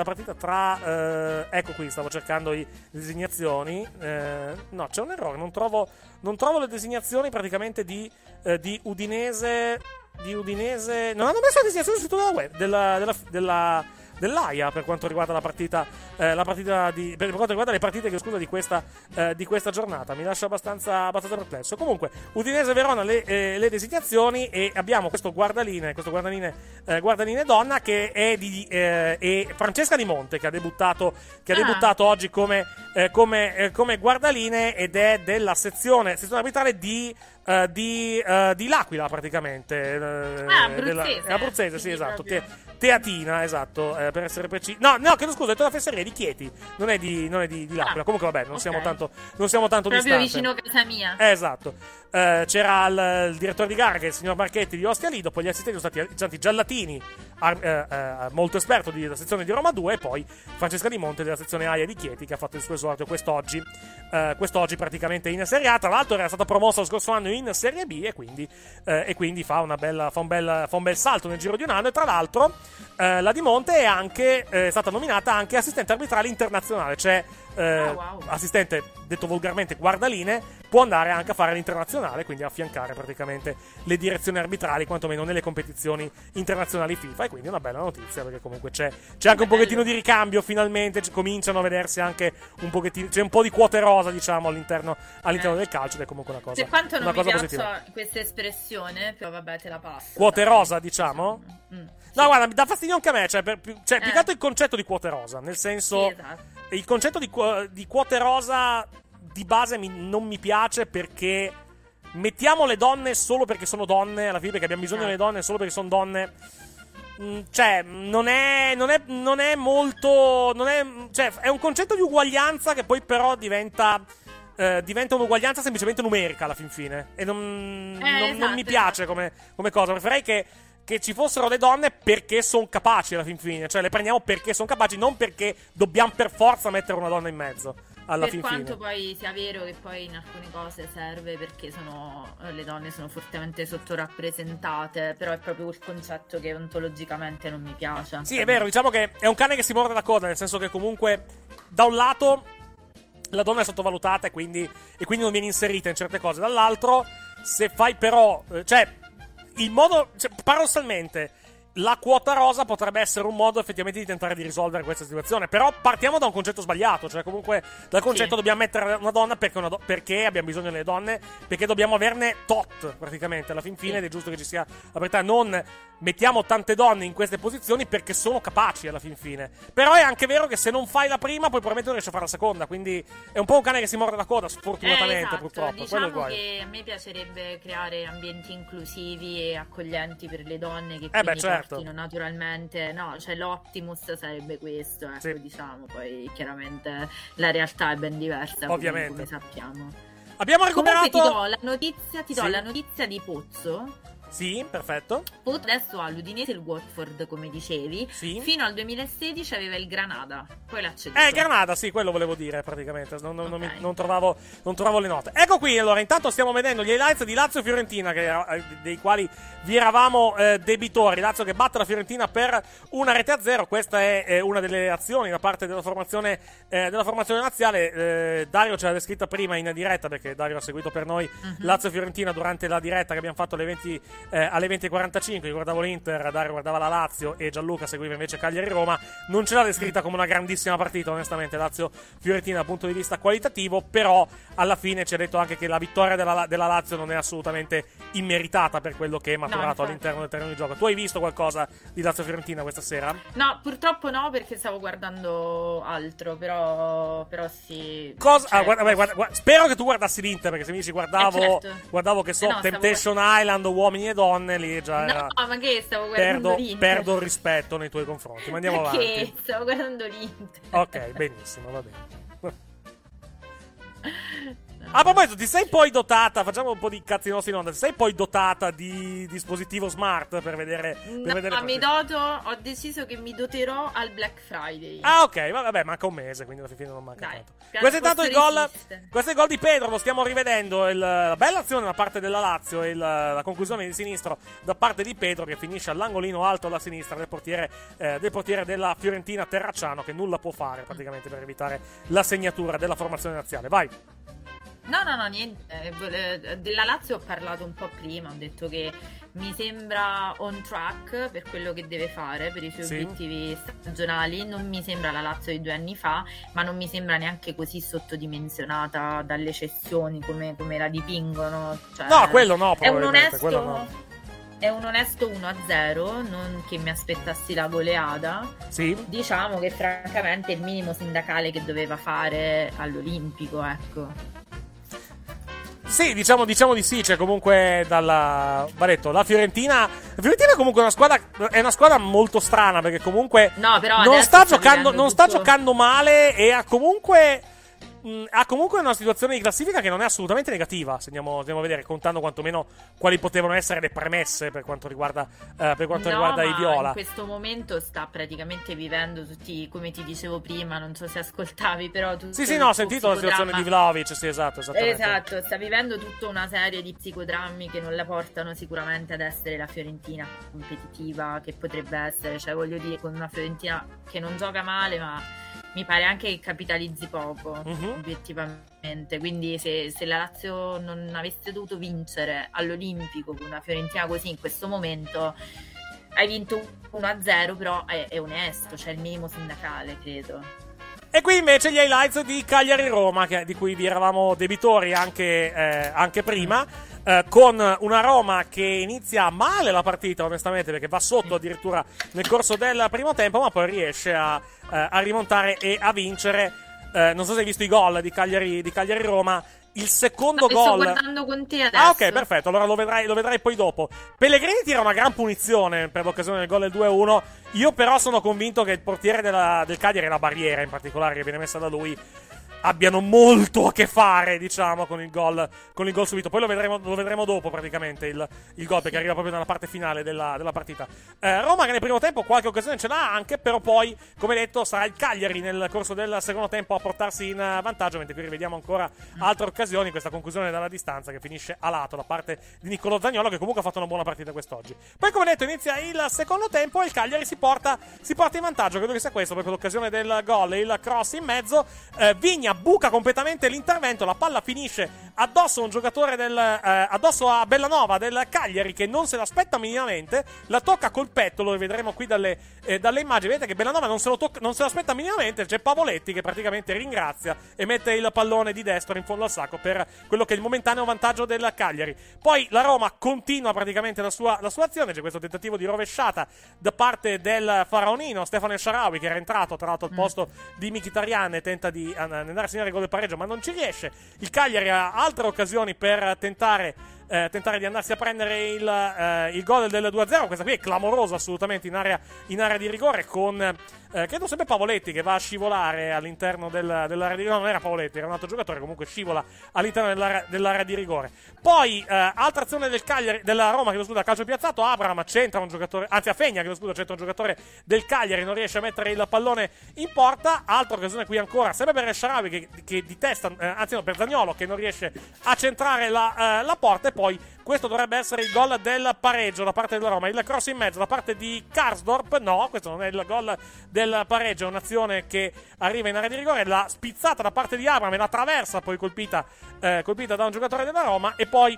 ecco qui, stavo cercando le designazioni. No, c'è un errore, non trovo le designazioni praticamente di Udinese. Non hanno messo la designazione sul sito web dell'AIA per quanto riguarda per quanto riguarda le partite di questa giornata. Mi lascia abbastanza perplesso. Comunque Udinese-Verona le designazioni, e abbiamo questo guardaline donna che è di Francesca Di Monte, che ha debuttato oggi come guardaline, ed è della sezione arbitrale di L'Aquila praticamente. Abruzzese, sì, esatto, Teatina, esatto, per essere precisi. No, chiedo scusa, ho detto la fesseria di Chieti, non è di L'Aquila. Comunque vabbè, non siamo tanto proprio distanti. Vicino a casa mia. Esatto. C'era il direttore di gara, che è il signor Marchetti di Ostia Lido, poi gli assistenti sono stati Giallatini, molto esperto della sezione di Roma 2, e poi Francesca Di Monte della sezione AIA di Chieti, che ha fatto il suo esordio quest'oggi praticamente in Serie A. Tra l'altro era stata promossa lo scorso anno in Serie B, e quindi fa un bel salto nel giro di un anno. E tra l'altro la Di Monte è stata nominata anche assistente arbitrale internazionale, cioè assistente, detto volgarmente, guardaline, può andare anche a fare l'internazionale, quindi a affiancare praticamente le direzioni arbitrali, quantomeno nelle competizioni internazionali FIFA, e quindi è una bella notizia, perché comunque c'è anche un pochettino di ricambio, finalmente cominciano a vedersi anche un pochettino, c'è un po' di quote rosa, diciamo, all'interno del calcio, ed è comunque una cosa per quanto non mi positiva. piaccia questa espressione, però vabbè, te la passo. Quote rosa, diciamo? No, guarda, mi dà fastidio anche a me, più che altro il concetto di quote rosa, nel senso, sì, esatto. Il concetto di quote rosa di base non mi piace, perché mettiamo le donne solo perché sono donne, alla fine, perché abbiamo bisogno delle donne solo perché sono donne. Cioè, non è molto, cioè, è un concetto di uguaglianza che poi però diventa un'uguaglianza semplicemente numerica alla fin fine, e non mi piace come cosa. Preferirei che ci fossero le donne perché sono capaci alla fin fine, cioè le prendiamo perché sono capaci, non perché dobbiamo per forza mettere una donna in mezzo alla fin fine. Per quanto poi sia vero che poi in alcune cose serve, perché le donne sono fortemente sottorappresentate, però è proprio il concetto che ontologicamente non mi piace. Sì, è vero, diciamo che è un cane che si morde la coda, nel senso che comunque da un lato la donna è sottovalutata e quindi non viene inserita in certe cose, dall'altro se fai però, paradossalmente la quota rosa potrebbe essere un modo effettivamente di tentare di risolvere questa situazione. Però partiamo da un concetto sbagliato, cioè comunque dal concetto dobbiamo mettere una donna perché abbiamo bisogno delle donne, perché dobbiamo averne tot praticamente alla fin fine, ed è giusto che ci sia la verità. Non mettiamo tante donne in queste posizioni perché sono capaci alla fin fine. Però è anche vero che se non fai la prima poi probabilmente non riesci a fare la seconda, quindi è un po' un cane che si morde la coda, sfortunatamente, esatto. purtroppo. Diciamo che a me piacerebbe creare ambienti inclusivi e accoglienti per le donne, che portino naturalmente, no, cioè l'Optimus sarebbe questo, ecco, diciamo. Poi chiaramente la realtà è ben diversa, ovviamente, come sappiamo. Abbiamo recuperato. Comunque ti do la notizia di Pozzo. Sì, perfetto. Adesso ha l'Udinese e il Watford, come dicevi. Sì. Fino al 2016 aveva il Granada. Poi l'ha ceduto. Granada, sì, quello volevo dire praticamente. Non trovavo le note. Ecco qui, allora, intanto stiamo vedendo gli highlights di Lazio e Fiorentina, dei quali vi eravamo debitori. Lazio che batte la Fiorentina per 1-0. Questa è una delle azioni da parte della formazione laziale. Dario ce l'ha descritta prima in diretta, perché Dario ha seguito per noi Lazio e Fiorentina durante la diretta che abbiamo fatto alle 20:45. Io guardavo l'Inter, Dario guardava la Lazio e Gianluca seguiva invece Cagliari-Roma. Non ce l'ha descritta come una grandissima partita, onestamente, Lazio-Fiorentina dal punto di vista qualitativo, però alla fine ci ha detto anche che la vittoria della Lazio non è assolutamente immeritata per quello che è maturato all'interno del terreno di gioco. Tu hai visto qualcosa di Lazio-Fiorentina questa sera? No, purtroppo no, perché stavo guardando altro, però sì. Guarda, spero che tu guardassi l'Inter, perché se mi dici guardavo che Temptation Island, uomini e donne, lì già no, ma che stavo guardando l'Inter. Perdo il rispetto nei tuoi confronti, ma andiamo avanti. Perché stavo guardando l'Inter. Ok, benissimo, va bene. A proposito, ti sei poi dotata, facciamo un po' di cazzi nostri in onda, ti sei poi dotata di dispositivo smart per vedere... ho deciso che mi doterò al Black Friday. Ah, ok, vabbè, manca un mese, quindi alla fine non manca tanto. Questo è intanto il gol di Pedro, lo stiamo rivedendo, la bella azione da parte della Lazio e la conclusione di sinistro da parte di Pedro, che finisce all'angolino alto alla sinistra del portiere della Fiorentina, Terracciano, che nulla può fare praticamente per evitare la segnatura della formazione laziale. Vai! No, niente. Della Lazio ho parlato un po' prima. Ho detto che mi sembra on track per quello che deve fare, per i suoi obiettivi stagionali. Non mi sembra la Lazio di 2 anni fa, ma non mi sembra neanche così sottodimensionata dalle cessioni come la dipingono. Cioè, no, quello no, probabilmente. È un onesto 1-0, non che mi aspettassi la goleada. Sì. Diciamo che francamente è il minimo sindacale che doveva fare all'Olimpico, ecco. Sì, diciamo di sì, c'è comunque va detto, la Fiorentina è comunque è una squadra molto strana, perché comunque non sta giocando male, e ha comunque una situazione di classifica che non è assolutamente negativa, se andiamo a vedere, contando quantomeno quali potevano essere le premesse per quanto riguarda i viola. In questo momento sta praticamente vivendo tutti, come ti dicevo prima, non so se ascoltavi, però ho sentito la situazione di Vlahovic, sì, esattamente. Esatto, sta vivendo tutta una serie di psicodrammi che non la portano sicuramente ad essere la Fiorentina competitiva che potrebbe essere, cioè voglio dire, con una Fiorentina che non gioca male, ma mi pare anche che capitalizzi poco, obiettivamente. Quindi se la Lazio non avesse dovuto vincere all'Olimpico con una Fiorentina così in questo momento, hai vinto 1-0, però è onesto, c'è il minimo sindacale, credo. E qui invece gli highlights di Cagliari-Roma, di cui vi eravamo debitori anche prima, con una Roma che inizia male la partita, onestamente, perché va sotto addirittura nel corso del primo tempo, ma poi riesce a rimontare e a vincere. Non so se hai visto i gol di Cagliari-Roma. Il secondo gol. Sto guardando con te adesso. Ah, ok, perfetto. Allora lo vedrai poi dopo. Pellegrini tira una gran punizione per l'occasione del gol del 2-1. Io però sono convinto che il portiere del Cagliari e la barriera in particolare che viene messa da lui abbiano molto a che fare, diciamo, con il gol subito. Poi lo vedremo dopo, praticamente, il gol, perché arriva proprio nella parte finale della partita. Roma che nel primo tempo qualche occasione ce l'ha anche, però poi, come detto, sarà il Cagliari nel corso del secondo tempo a portarsi in vantaggio, mentre qui rivediamo ancora altre occasioni, questa conclusione dalla distanza che finisce a lato da parte di Niccolò Zaniolo, che comunque ha fatto una buona partita quest'oggi. Poi, come detto, inizia il secondo tempo e il Cagliari si porta in vantaggio. Credo che sia questo, proprio l'occasione del gol, il cross in mezzo. Vigna buca completamente l'intervento, la palla finisce addosso a un giocatore addosso a Bellanova del Cagliari, che non se l'aspetta minimamente, la tocca col petto, lo vedremo qui dalle immagini. Vedete che Bellanova non se l'aspetta minimamente, c'è Pavoletti che praticamente ringrazia e mette il pallone di destro in fondo al sacco per quello che è il momentaneo vantaggio del Cagliari. Poi la Roma continua praticamente la sua azione, c'è questo tentativo di rovesciata da parte del faraonino Stefano El Shaarawy, che era entrato tra l'altro al posto di Mkhitaryan e tenta di andare a segnare il gol del pareggio, ma non ci riesce. Il Cagliari ha altre occasioni per tentare di andarsi a prendere il gol del 2-0. Questa qui è clamorosa assolutamente in area di rigore, con credo sempre Pavoletti che va a scivolare all'interno dell'area di rigore. No, non era Pavoletti, era un altro giocatore, comunque scivola all'interno dell'area di rigore. Poi altra azione della Roma, calcio piazzato. Abraham centra un giocatore, anzi Afegna centra un giocatore del Cagliari, non riesce a mettere il pallone in porta. Altra occasione qui ancora, sempre per El Shaarawy che di testa, per Zaniolo, che non riesce a centrare la porta. E poi questo dovrebbe essere il gol del pareggio da parte della Roma. Il cross in mezzo da parte di Karsdorp. No, questo non è il gol del pareggio, è un'azione che arriva in area di rigore, la spizzata da parte di Abraham e la traversa poi colpita da un giocatore della Roma. E poi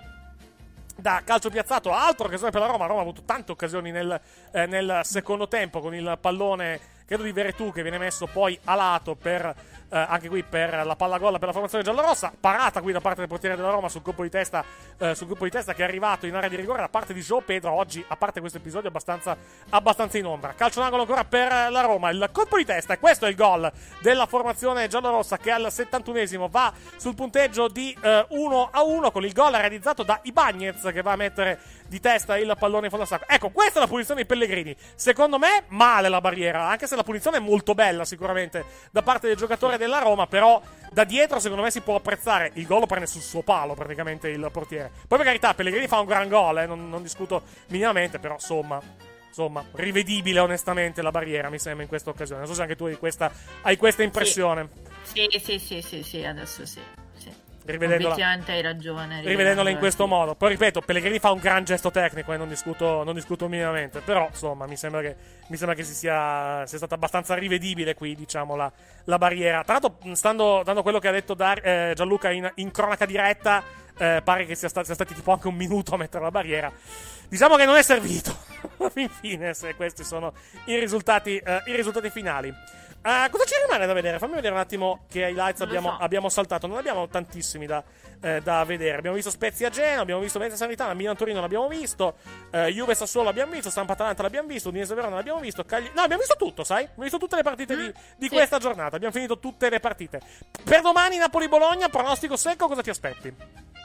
da calcio piazzato, altra occasione per la Roma. Roma ha avuto tante occasioni nel secondo tempo, con il pallone credo di Veretout che viene messo poi a lato anche qui per la palla gol per la formazione giallorossa. Parata qui da parte del portiere della Roma sul colpo di testa che è arrivato in area di rigore da parte di João Pedro. Oggi, a parte questo episodio, abbastanza in ombra. Calcio d'angolo ancora per la Roma, il colpo di testa, e questo è il gol della formazione giallorossa, che al 71esimo va sul punteggio di 1-1, con il gol realizzato da Ibañez, che va a mettere di testa il pallone in fondo al sacco. Ecco, questa è la punizione di Pellegrini. Secondo me male la barriera, anche se la punizione è molto bella sicuramente da parte del giocatore della Roma, però da dietro secondo me si può apprezzare. Il gol lo prende sul suo palo praticamente il portiere. Poi per carità Pellegrini fa un gran gol, non discuto minimamente, però insomma, rivedibile onestamente la barriera, mi sembra, in questa occasione. Non so se anche tu hai questa impressione. Sì, adesso sì. Obiettivamente hai ragione. Rivedendola in questo modo. Poi ripeto, Pellegrini fa un gran gesto tecnico e non discuto minimamente. Però insomma mi sembra che sia stata abbastanza rivedibile qui, diciamo, la barriera. Tra l'altro, dando quello che ha detto Gianluca in cronaca diretta, pare che sia stati tipo anche un minuto a mettere la barriera. Diciamo che non è servito infine, se questi sono i risultati finali. Cosa ci rimane da vedere? Fammi vedere un attimo che highlights abbiamo saltato. Non abbiamo tantissimi da vedere. Abbiamo visto Spezia Genoa, abbiamo visto Venezia Salernitana, Milan Torino l'abbiamo visto, Juve Sassuolo l'abbiamo visto, Samp Atalanta l'abbiamo visto, Udinese Verona l'abbiamo visto, no, abbiamo visto tutto, sai? Abbiamo visto tutte le partite di questa giornata. Abbiamo finito tutte le partite. Per domani Napoli-Bologna, pronostico secco, cosa ti aspetti?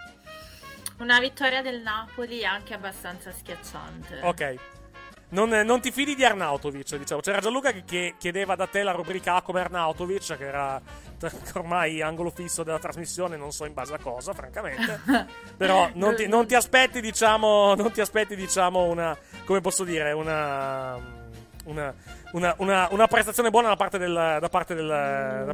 Una vittoria del Napoli anche abbastanza schiacciante. Ok. Non ti fidi di Arnautovic, diciamo. C'era Gianluca che chiedeva da te la rubrica A come Arnautovic, che era ormai angolo fisso della trasmissione, non so in base a cosa, francamente. Però non ti aspetti, diciamo, una, come posso dire, una prestazione buona da parte del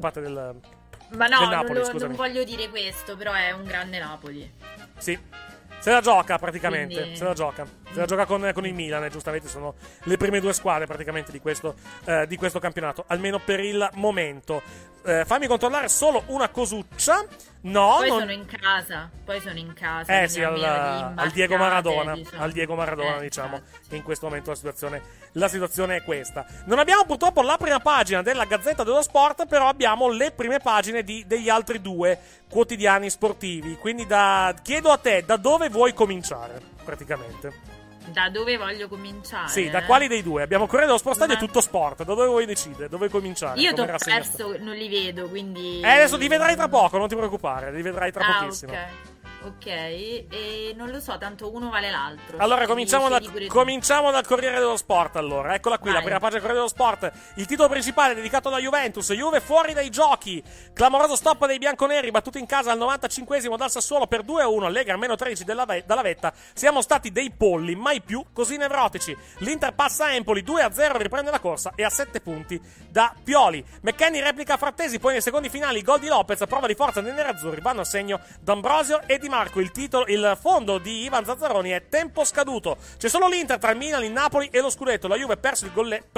Ma no, del Napoli, non voglio dire questo, però è un grande Napoli. Sì. Se la gioca praticamente, Quindi... se la gioca con il Milan, giustamente sono le prime due squadre praticamente di questo campionato, almeno per il momento. Fammi controllare solo una cosuccia. No, poi sono in casa. Sì, al Diego Maradona. Diciamo. Al Diego Maradona, diciamo, che in questo momento la situazione è questa. Non abbiamo purtroppo la prima pagina della Gazzetta dello Sport, però abbiamo le prime pagine degli altri due quotidiani sportivi. Quindi chiedo a te, da dove vuoi cominciare, praticamente? Da dove voglio cominciare? Sì, da quali dei due? Abbiamo Corriere dello Sport Stadio e Tutto Sport. Da dove vuoi decidere? Dove cominciare? Io t'ho perso, non li vedo, quindi... Adesso li vedrai tra poco, non ti preoccupare, li vedrai tra pochissimo. Ok, e non lo so, tanto uno vale l'altro. Allora cominciamo dal Corriere dello Sport. Allora, eccola qui, la prima pagina del Corriere dello Sport. Il titolo principale è dedicato alla Juventus. Juve fuori dai giochi. Clamoroso stop dei bianconeri, battuto in casa al 95esimo dal Sassuolo per 2-1. Lega meno 13 dalla vetta. Siamo stati dei polli, mai più così nevrotici. L'Inter passa a Empoli 2-0, riprende la corsa e a 7 punti da Pioli. McKennie replica Frattesi, poi nei secondi finali il gol di Lopez, prova di forza dei nerazzurri, vanno a segno D'Ambrosio e Di Marco. Il fondo di Ivan Zazzaroni è tempo scaduto. C'è solo l'Inter tra il Milan, il Napoli e lo scudetto. La Juve ha perso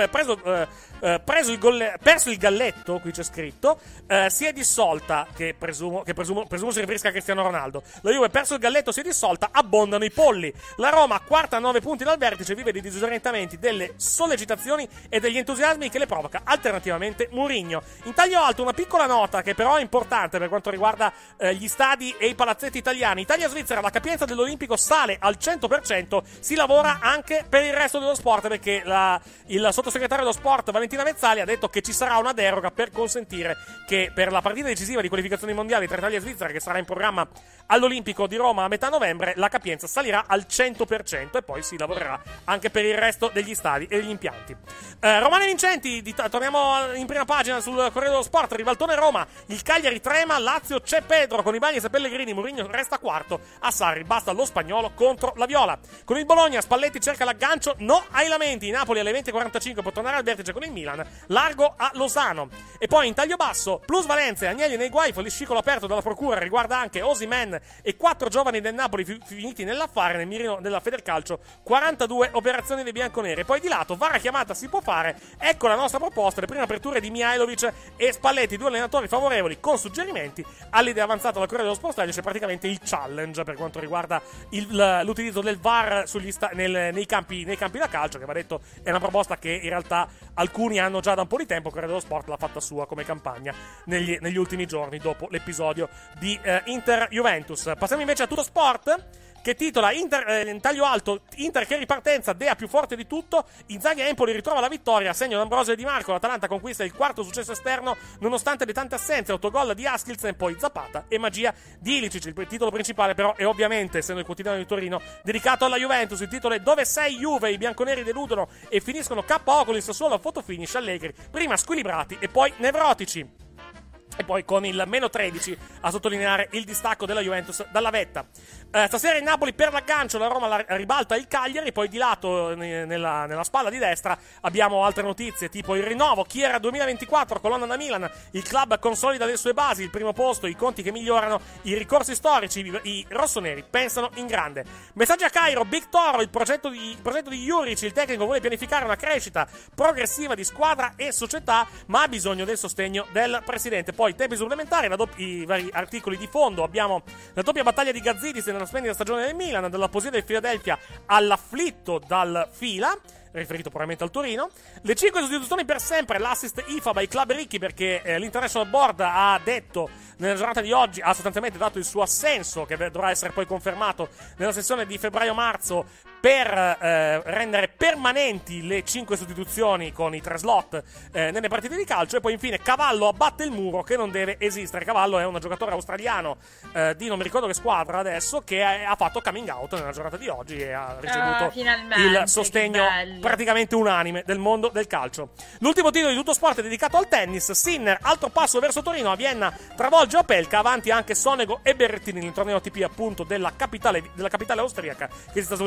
il galletto, qui c'è scritto, si è dissolta, che presumo si riferisca a Cristiano Ronaldo. La Juve ha perso il galletto, si è dissolta, abbondano i polli. La Roma, quarta a 9 punti dal vertice, vive dei disorientamenti, delle sollecitazioni e degli entusiasmi che le provoca alternativamente Mourinho. In taglio alto una piccola nota che però è importante per quanto riguarda gli stadi e i palazzetti italiani. Italia-Svizzera, la capienza dell'Olimpico sale al 100%, si lavora anche per il resto dello sport, perché il sottosegretario dello sport Valentina Vezzali ha detto che ci sarà una deroga per consentire che per la partita decisiva di qualificazioni mondiali tra Italia e Svizzera, che sarà in programma all'Olimpico di Roma a metà novembre, la capienza salirà al 100% e poi si lavorerà anche per il resto degli stadi e degli impianti. Romani vincenti, torniamo in prima pagina sul Corriere dello Sport. Ribaltone Roma, il Cagliari trema, Lazio c'è Pedro con i Bagni e Pellegrini, Mourinho resta quarto, a Sarri basta lo spagnolo contro la Viola. Con il Bologna Spalletti cerca l'aggancio, no ai lamenti. Napoli alle 20:45 può tornare al vertice con il Milan, largo a Lozano. E poi in taglio basso plusvalenze, Agnelli nei guai, fascicolo aperto dalla procura, riguarda anche Osimhen e 4 giovani del Napoli finiti nell'affare, nel mirino della Federcalcio, 42 operazioni dei bianconeri. E poi di lato vara chiamata si può fare, ecco la nostra proposta, le prime aperture di Mihailovic e Spalletti, due allenatori favorevoli con suggerimenti all'idea avanzata dal Corriere dello Sport Stadio. C'è praticamente il challenge per quanto riguarda l'utilizzo del VAR nei campi da calcio, che va detto è una proposta che in realtà alcuni hanno già da un po' di tempo. Corriere dello Sport l'ha fatta sua come campagna negli ultimi giorni dopo l'episodio di Inter-Juventus. Passiamo invece a Tutto Sport, che titola in taglio alto: Inter che ripartenza, Dea più forte di tutto, Inzaghi a Empoli ritrova la vittoria, segno D'Ambrosio e Di Marco, l'Atalanta conquista il quarto successo esterno nonostante le tante assenze, autogol di Askilsen, poi Zapata e magia di Ilicic. Il titolo principale però è ovviamente, essendo il quotidiano di Torino, dedicato alla Juventus. Il titolo è: dove sei Juve? I bianconeri deludono e finiscono KO con il Sassuolo, photo finish, Allegri prima squilibrati e poi nevrotici. E poi con il meno 13 a sottolineare il distacco della Juventus dalla vetta. Stasera il Napoli per l'aggancio, la Roma ribalta il Cagliari. Poi di lato nella spalla di destra abbiamo altre notizie, tipo il rinnovo Chiera 2024, colonna da Milan, il club consolida le sue basi, il primo posto, i conti che migliorano, i ricorsi storici, i rossoneri pensano in grande. Messaggi a Cairo, Big Toro, il progetto di Juric, il tecnico vuole pianificare una crescita progressiva di squadra e società, ma ha bisogno del sostegno del presidente. Poi tempi supplementari, i vari articoli di fondo. Abbiamo la doppia battaglia di Gazzidis nella splendida stagione del Milan, dalla poesia del Philadelphia all'afflitto dal Fila, riferito probabilmente al Torino. Le 5 sostituzioni per sempre, l'assist IFAB ai club ricchi, perché l'International Board ha detto nella giornata di oggi, ha sostanzialmente dato il suo assenso, che dovrà essere poi confermato nella sessione di febbraio-marzo, per rendere permanenti le 5 sostituzioni con i 3 slot nelle partite di calcio. E poi infine Cavallo abbatte il muro che non deve esistere. Cavallo è un giocatore australiano di non mi ricordo che squadra adesso, che ha fatto coming out nella giornata di oggi e ha ricevuto il sostegno praticamente unanime del mondo del calcio. L'ultimo titolo di Tutto Sport è dedicato al tennis. Sinner, altro passo verso Torino, a Vienna travolge Opelka, avanti anche Sonego e Berrettini nel torneo ATP appunto della capitale austriaca, che si sta svolgendo in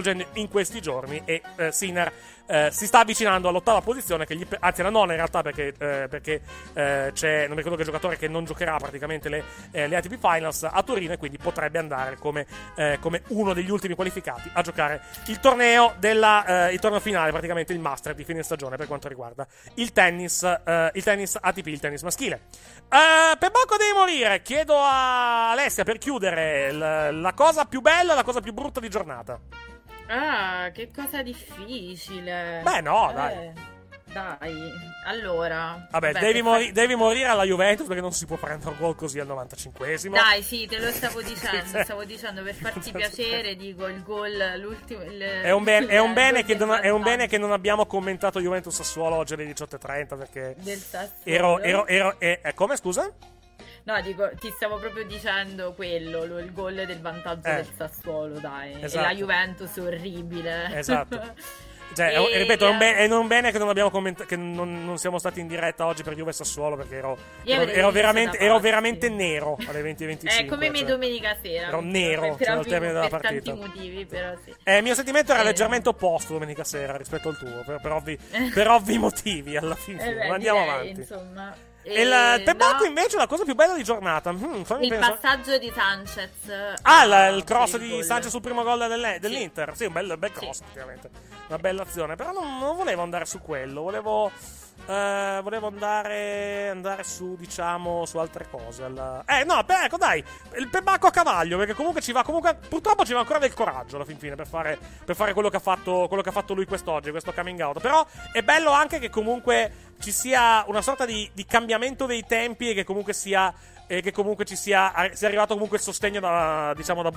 questi giorni e Sinner si sta avvicinando all'8ª posizione, anzi alla 9ª in realtà, perché c'è, non mi ricordo che giocatore che non giocherà praticamente le ATP Finals a Torino, e quindi potrebbe andare come uno degli ultimi qualificati a giocare il torneo finale, praticamente il Master di fine stagione per quanto riguarda il tennis ATP, il tennis maschile. Per poco devi morire, chiedo a Alessia per chiudere la cosa più bella e la cosa più brutta di giornata. Ah, che cosa difficile. Beh, no, dai. Dai, allora. Vabbè, devi morire alla Juventus perché non si può prendere un gol così al 95esimo. Dai, sì, te lo stavo dicendo. Stavo dicendo per farti piacere, dico il gol, l'ultimo. È un bene che non abbiamo commentato Juventus Sassuolo oggi alle 18:30 perché. Del Sassuolo. Come, scusa? No, dico, ti stavo proprio dicendo quello, il gol del vantaggio del Sassuolo, dai. Esatto. E la Juventus orribile. Esatto. Cioè, ripeto, è un bene che non abbiamo che non siamo stati in diretta oggi per Juve Sassuolo, perché ero veramente nero alle 20:25. È come me domenica sera. Ero nero al termine della partita. Per tanti motivi, però sì. Il mio sentimento era leggermente opposto domenica sera rispetto al tuo, per ovvi motivi alla fine. Ma andiamo avanti. Insomma. Il Pebacco invece la cosa più bella di giornata. Passaggio di Sanchez. Il cross di Sanchez sul primo gol dell'Inter. Sì, un bel cross, effettivamente. Una bella azione. Però non volevo andare su quello. Volevo andare su, diciamo, su altre cose. Ecco, dai. Il Pebacco a cavaglio, perché comunque purtroppo ci va ancora del coraggio alla fin fine per fare quello che ha fatto lui quest'oggi, questo coming out. Però è bello anche che comunque ci sia una sorta di cambiamento dei tempi e che comunque sia sia arrivato comunque il sostegno da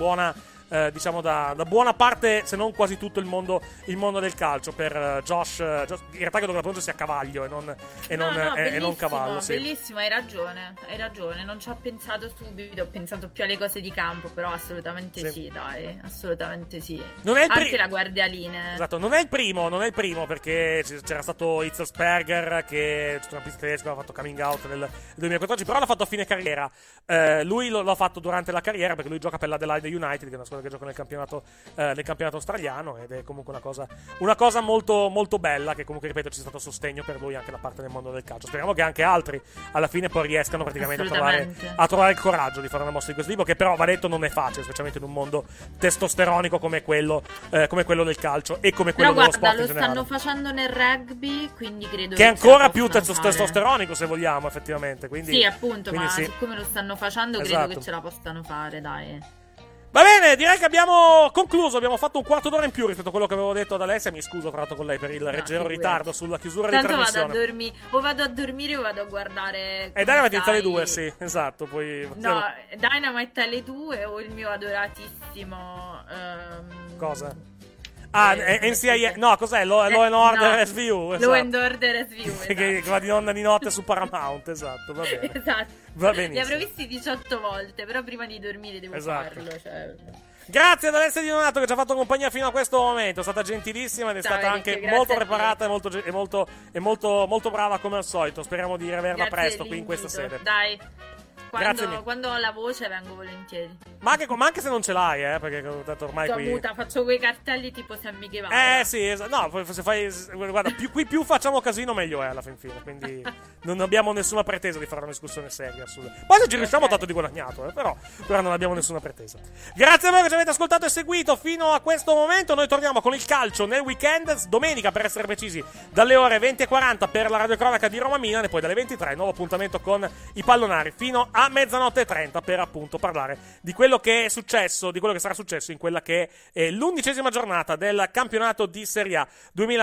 buona parte, se non quasi tutto il mondo del calcio per Josh. In realtà credo che la pronuncia sia Cavaglio e non Cavallo. Sì. Bellissimo, hai ragione. Non ci ho pensato subito, ho pensato più alle cose di campo, però assolutamente sì, dai, assolutamente sì. Anche la guardialine. Esatto, non è il primo perché c'era stato Hitzelsperger che tedesco aveva fatto coming out nel 2014, però l'ha fatto a fine carriera. Lui l'ha fatto durante la carriera perché lui gioca per l'Adelaide United, che è una squadra che gioca nel campionato australiano, ed è comunque una cosa molto, molto bella, che comunque, ripeto, c'è stato sostegno per lui anche da parte del mondo del calcio. Speriamo che anche altri alla fine poi riescano praticamente a trovare il coraggio di fare una mossa di questo tipo, che però, va detto, non è facile, specialmente in un mondo testosteronico come quello del calcio e come quello dello sport in generale. Lo stanno facendo nel rugby, quindi credo che è ancora più testosteronico, se vogliamo, effettivamente. Quindi, sì, appunto, ma sì. Siccome lo stanno facendo, credo che ce la possano fare, dai. Va bene, direi che abbiamo concluso. Abbiamo fatto un quarto d'ora in più rispetto a quello che avevo detto ad Alessia. Mi scuso tra l'altro con lei per il leggero ritardo sulla chiusura di trasmissione. Vado a dormire o vado a guardare. Dynamite alle 2, sì, esatto. Poi Dynamite alle 2 o il mio adoratissimo. Cosa? NCIS. No, cos'è? Law and Order SVU. Esatto. Law and Order SVU. Esatto. Che va di onda di notte su Paramount. Esatto, va bene. Esatto. Va benissimo. Li avrò visti 18 volte, però prima di dormire devo farlo. Cioè. Grazie ad Alessia Di Donato che ci ha fatto compagnia fino a questo momento. È stata gentilissima ed è stata anche molto preparata e molto brava come al solito. Speriamo di riaverla presto qui in questa sede. Dai. Quando ho la voce vengo volentieri. Ma anche se non ce l'hai, perché ormai sto qui muta, faccio quei cartelli tipo Sammy Guevara. Sì, no, se fai, guarda, più facciamo casino meglio è alla fin fine, quindi non abbiamo nessuna pretesa di fare una discussione seria poi se ci riusciamo tanto di guadagnato, però non abbiamo nessuna pretesa. Grazie a voi che ci avete ascoltato e seguito fino a questo momento. Noi torniamo con il calcio nel weekend, domenica per essere precisi, dalle ore 20:40 per la radiocronaca di Roma Milan, e poi dalle 23 nuovo appuntamento con i pallonari fino a 00:30 per appunto parlare di quello che è successo, di quello che sarà successo in quella che è l'11ª giornata del campionato di Serie A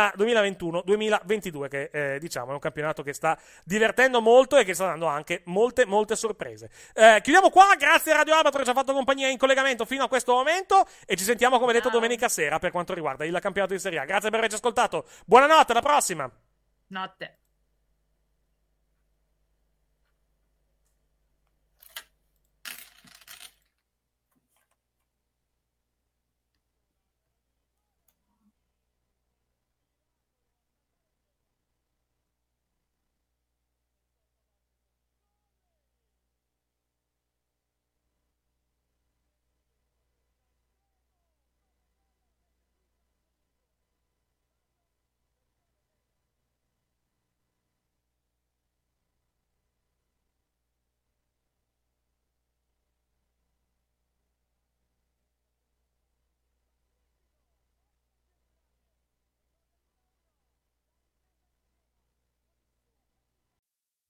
2021-2022, che diciamo è un campionato che sta divertendo molto e che sta dando anche molte sorprese. Chiudiamo qua, grazie a Radio Albatro che ci ha fatto compagnia in collegamento fino a questo momento, e ci sentiamo come detto domenica sera per quanto riguarda il campionato di Serie A. Grazie per averci ascoltato, buonanotte, alla prossima. Notte.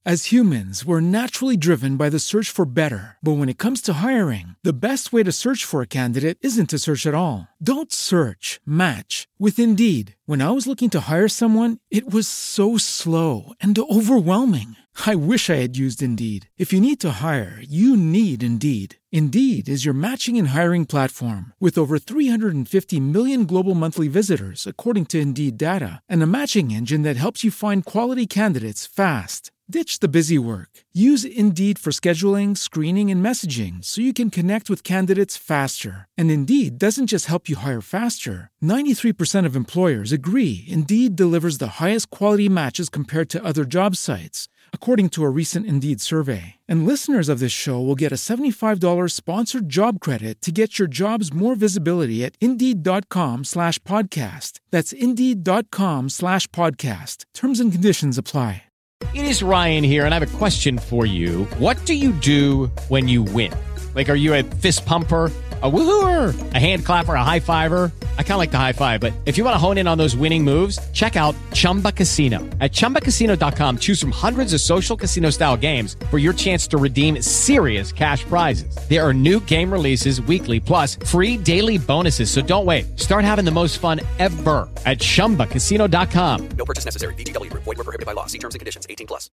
As humans, we're naturally driven by the search for better. But when it comes to hiring, the best way to search for a candidate isn't to search at all. Don't search, match with Indeed. When I was looking to hire someone, it was so slow and overwhelming. I wish I had used Indeed. If you need to hire, you need Indeed. Indeed is your matching and hiring platform with over 350 million global monthly visitors, according to Indeed data, and a matching engine that helps you find quality candidates fast. Ditch the busy work. Use Indeed for scheduling, screening, and messaging so you can connect with candidates faster. And Indeed doesn't just help you hire faster. 93% of employers agree Indeed delivers the highest quality matches compared to other job sites, according to a recent Indeed survey. And listeners of this show will get a $75 sponsored job credit to get your jobs more visibility at Indeed.com/podcast. That's Indeed.com/podcast. Terms and conditions apply. It is Ryan here, and I have a question for you. What do you do when you win? Like, are you a fist pumper, a woohooer, a hand clapper, a high fiver? I kind of like the high five, but if you want to hone in on those winning moves, check out Chumba Casino. At ChumbaCasino.com, choose from hundreds of social casino-style games for your chance to redeem serious cash prizes. There are new game releases weekly, plus free daily bonuses, so don't wait. Start having the most fun ever at ChumbaCasino.com. No purchase necessary. VGW Group. Void where prohibited by law. See terms and conditions. 18+.